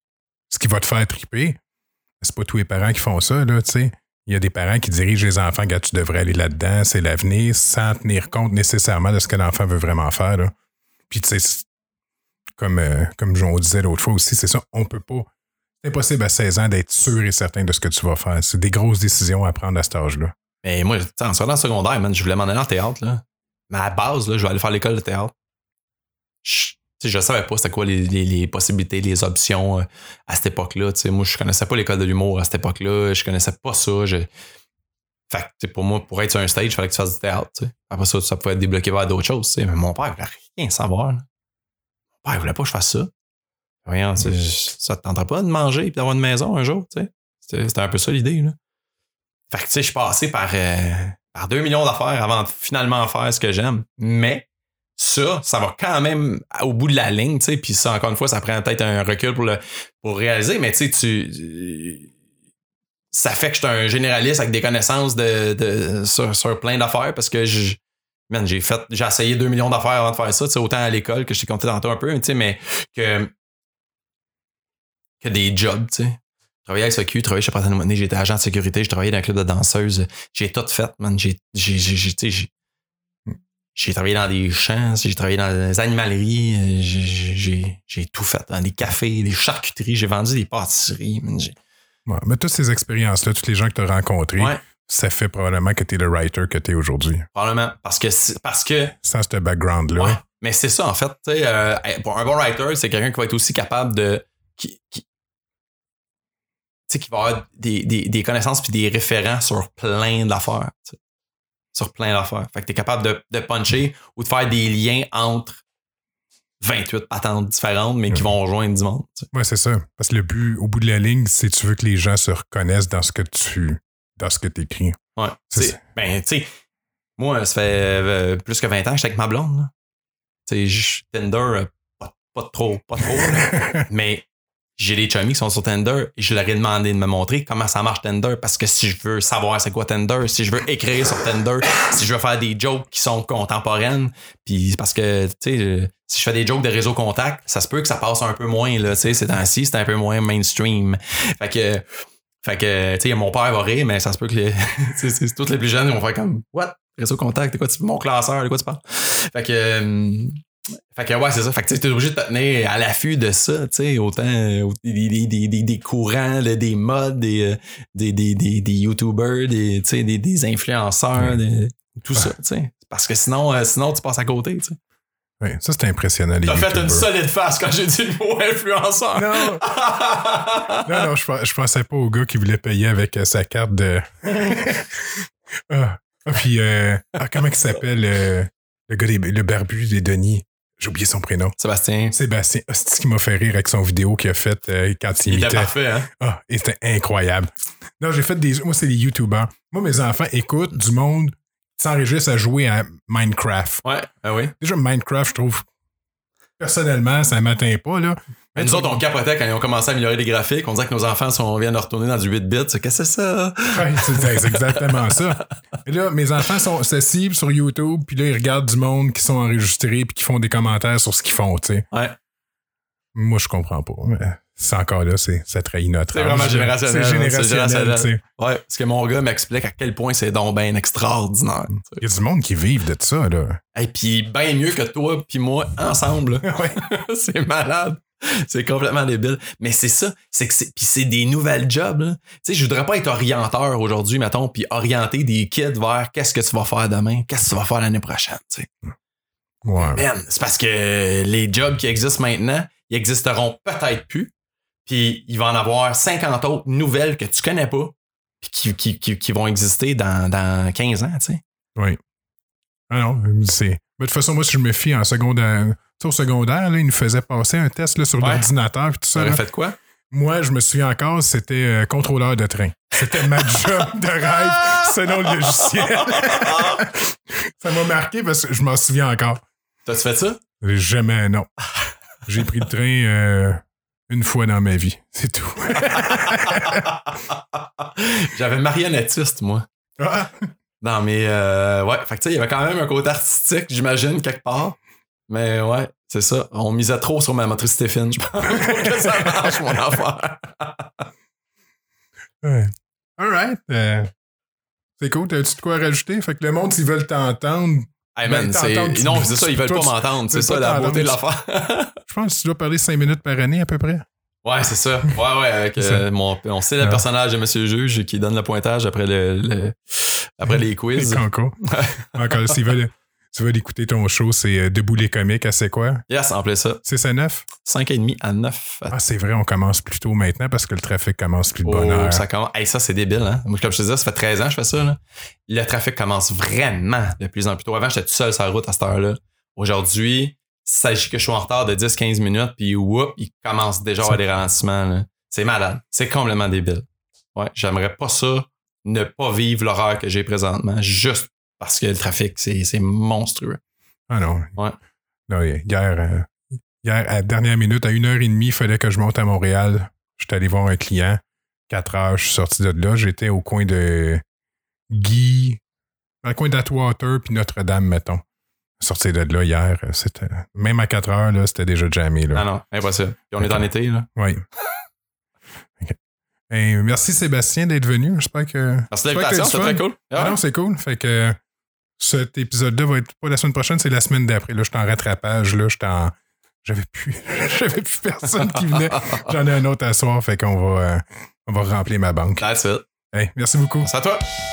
ce qui va te faire triper. C'est pas tous les parents qui font ça, là, tu sais. Il y a des parents qui dirigent les enfants, gars, tu devrais aller là-dedans, c'est l'avenir, sans tenir compte nécessairement de ce que l'enfant veut vraiment faire, là. Puis, tu sais, comme on disait l'autre fois aussi, c'est ça, on peut pas. C'est impossible à 16 ans d'être sûr et certain de ce que tu vas faire. C'est des grosses décisions à prendre à cet âge-là. Mais moi, en sortant secondaire, man, je voulais m'en aller en théâtre, là. Mais à la base, là, je vais aller faire l'école de théâtre. Je savais pas c'était quoi les possibilités, les options à cette époque-là. T'sais, moi, je connaissais pas l'école de l'humour à cette époque-là. Je connaissais pas ça. Fait que pour moi, pour être sur un stage, il fallait que tu fasses du théâtre. T'sais. Après ça pouvait être débloqué vers d'autres choses. T'sais. Mais mon père, il voulait rien savoir. Là. Mon père, il voulait pas que je fasse ça. Rien, ça te tenterait pas de manger et d'avoir une maison un jour. T'sais. C'était un peu ça l'idée. Là. Fait que je suis passé par 2 millions d'affaires avant de finalement faire ce que j'aime. Mais ça va quand même au bout de la ligne, tu sais, puis ça, encore une fois, ça prend peut-être un recul pour réaliser, mais tu sais, ça fait que je suis un généraliste avec des connaissances sur plein d'affaires parce que j'ai essayé 2 millions d'affaires avant de faire ça, tu sais, autant à l'école que je t'ai compté tantôt un peu, tu sais, mais que des jobs, tu sais. Je travaillais à SAQ, je travaillais chez Pratt & Whitney, j'étais agent de sécurité, je travaillais dans un club de danseuses, j'ai tout fait, man, j'ai travaillé dans des champs, j'ai travaillé dans des animaleries, j'ai tout fait. Dans des cafés, des charcuteries, j'ai vendu des pâtisseries. Ouais, mais toutes ces expériences-là, tous les gens que tu as rencontrés, ça fait probablement que tu es le writer que tu es aujourd'hui. Probablement. Parce que sans ce background-là. Ouais, mais c'est ça, en fait. Pour un bon writer, c'est quelqu'un qui va être aussi capable de... qui va avoir des connaissances puis des référents sur plein d'affaires. T'sais. Sur plein d'affaires. Fait que t'es capable de puncher ou de faire des liens entre 28 patentes différentes, mais qui vont rejoindre du monde. T'sais. Ouais, c'est ça. Parce que le but, au bout de la ligne, c'est que tu veux que les gens se reconnaissent dans ce que t'écris. Ouais. Ben, tu sais, moi, ça fait plus que 20 ans que j'étais avec ma blonde. Tu sais, Tinder, pas trop. Mais j'ai des chummies qui sont sur Tinder et je leur ai demandé de me montrer comment ça marche Tinder parce que si je veux savoir c'est quoi Tinder, si je veux écrire sur Tinder, si je veux faire des jokes qui sont contemporaines, puis parce que, tu sais, si je fais des jokes de réseau contact, ça se peut que ça passe un peu moins, là, tu sais, ces temps-ci, c'est un peu moins mainstream. Fait que, tu sais, mon père va rire, mais ça se peut que c'est tous les plus jeunes, ils vont faire comme, what? Réseau contact, de quoi mon classeur, de quoi tu parles? Fait que ouais, c'est ça. Fait que tu es obligé de te tenir à l'affût de ça, tu sais, autant des courants, des modes, des YouTubers, des influenceurs, tout ça, tu sais. Parce que sinon, tu passes à côté, tu sais. Oui, ça c'est impressionnant. T'as fait une solide face quand j'ai dit le mot influenceur. Non, je pensais pas au gars qui voulait payer avec sa carte de. Puis, comment il s'appelle le gars, le barbu des Denis? J'ai oublié son prénom. Sébastien. C'est ce qui m'a fait rire avec son vidéo qu'il a faite quand il imitait. Il était parfait, hein? Ah, et c'était incroyable. Non, moi, c'est des YouTubers. Moi, mes enfants écoutent du monde qui s'enregistrent à jouer à Minecraft. Ouais, oui. Déjà, Minecraft, je trouve, personnellement, ça m'atteint pas, là. Mais nous autres, on capotait quand ils ont commencé à améliorer les graphiques. On disait que nos enfants viennent de retourner dans du 8 bits. Qu'est-ce que c'est ça? Ouais, c'est exactement ça. Et là, mes enfants se ciblent sur YouTube, puis là, ils regardent du monde qui sont enregistrés puis qui font des commentaires sur ce qu'ils font, tu sais. Ouais. Moi, je comprends pas. Mais c'est encore là, ça trahit notre âge. C'est vraiment générationnel. C'est générationnel, tu sais. Ouais, parce que mon gars m'explique à quel point c'est donc bien extraordinaire. Il y a du monde qui vivent de ça, là. Et puis, bien mieux que toi puis moi, ensemble. Ouais. C'est malade. C'est complètement débile. Mais c'est ça. Puis c'est des nouvelles jobs. Tu sais, je voudrais pas être orienteur aujourd'hui, mettons, puis orienter des kids vers qu'est-ce que tu vas faire demain, qu'est-ce que tu vas faire l'année prochaine, tu sais. Ouais. Man, c'est parce que les jobs qui existent maintenant, ils existeront peut-être plus. Puis il va en avoir 50 autres nouvelles que tu connais pas, puis qui vont exister dans 15 ans, tu sais. Oui. Ah non, c'est. Mais de toute façon, moi, si je me fie en secondaire. Au secondaire, là, ils nous faisaient passer un test là, sur l'ordinateur et tout ça. T'aurais fait quoi? Moi, je me souviens encore, c'était contrôleur de train. C'était ma job de rêve selon le logiciel. Ça m'a marqué parce que je m'en souviens encore. T'as-tu fait ça? Jamais, non. J'ai pris le train une fois dans ma vie. C'est tout. J'avais marionnettiste, moi. Ah. Non, mais ouais. Fait que tu sais, il y avait quand même un côté artistique, j'imagine, quelque part. Mais ouais, c'est ça. On misait trop sur ma motricité fine, je pense, pour que ça marche, mon affaire. Ouais. Alright. C'est cool. T'as-tu de quoi rajouter? Fait que le monde, s'ils veulent t'entendre. Hey man, non, c'est ça, ils veulent pas m'entendre. C'est ça la beauté de l'affaire. Je pense que tu dois parler 5 minutes par année à peu près. Ouais, c'est ça. Ouais, avec on sait le personnage de Monsieur Juge qui donne le pointage après après les quiz. Les concours. Encore, s'ils veulent écouter ton show, c'est Debout les comiques à C'est quoi? Yes, en plein ça. 6 à 9? 5h30 à 9. Ah, c'est vrai, on commence plus tôt maintenant parce que le trafic commence plus de bonne heure. Ça commence. Hey, ça, c'est débile, hein? Moi, comme je te disais, ça fait 13 ans que je fais ça, là. Le trafic commence vraiment de plus en plus tôt. Avant, j'étais tout seul sur la route à cette heure-là. Aujourd'hui, il s'agit que je suis en retard de 10-15 minutes, puis whoop, il commence déjà à avoir des ralentissements, là. C'est malade. C'est complètement débile. Ouais, j'aimerais pas ça, ne pas vivre l'horreur que j'ai présentement, juste parce que le trafic, c'est monstrueux. Ah non. Ouais. Non, hier, à la dernière minute, à 1h30, il fallait que je monte à Montréal. J'étais allé voir un client. 4 heures, je suis sorti de là. J'étais au coin de Guy, dans le coin d'Atwater puis Notre-Dame, mettons. Sorti de là hier, c'était même à 4 heures, là, c'était déjà jammé. Là. Ah non, impossible. Puis on est en été, là. Oui. Okay. Hey, merci Sébastien d'être venu. J'espère que. Merci de l'invitation, c'est très cool. Ah non, c'est cool. Fait que cet épisode-là va être pas la semaine prochaine, c'est la semaine d'après. Là, je suis en rattrapage. Là, j'avais plus personne qui venait. J'en ai un autre à soir, fait qu'on va remplir ma banque. That's it. Hey, merci beaucoup. C'est à toi.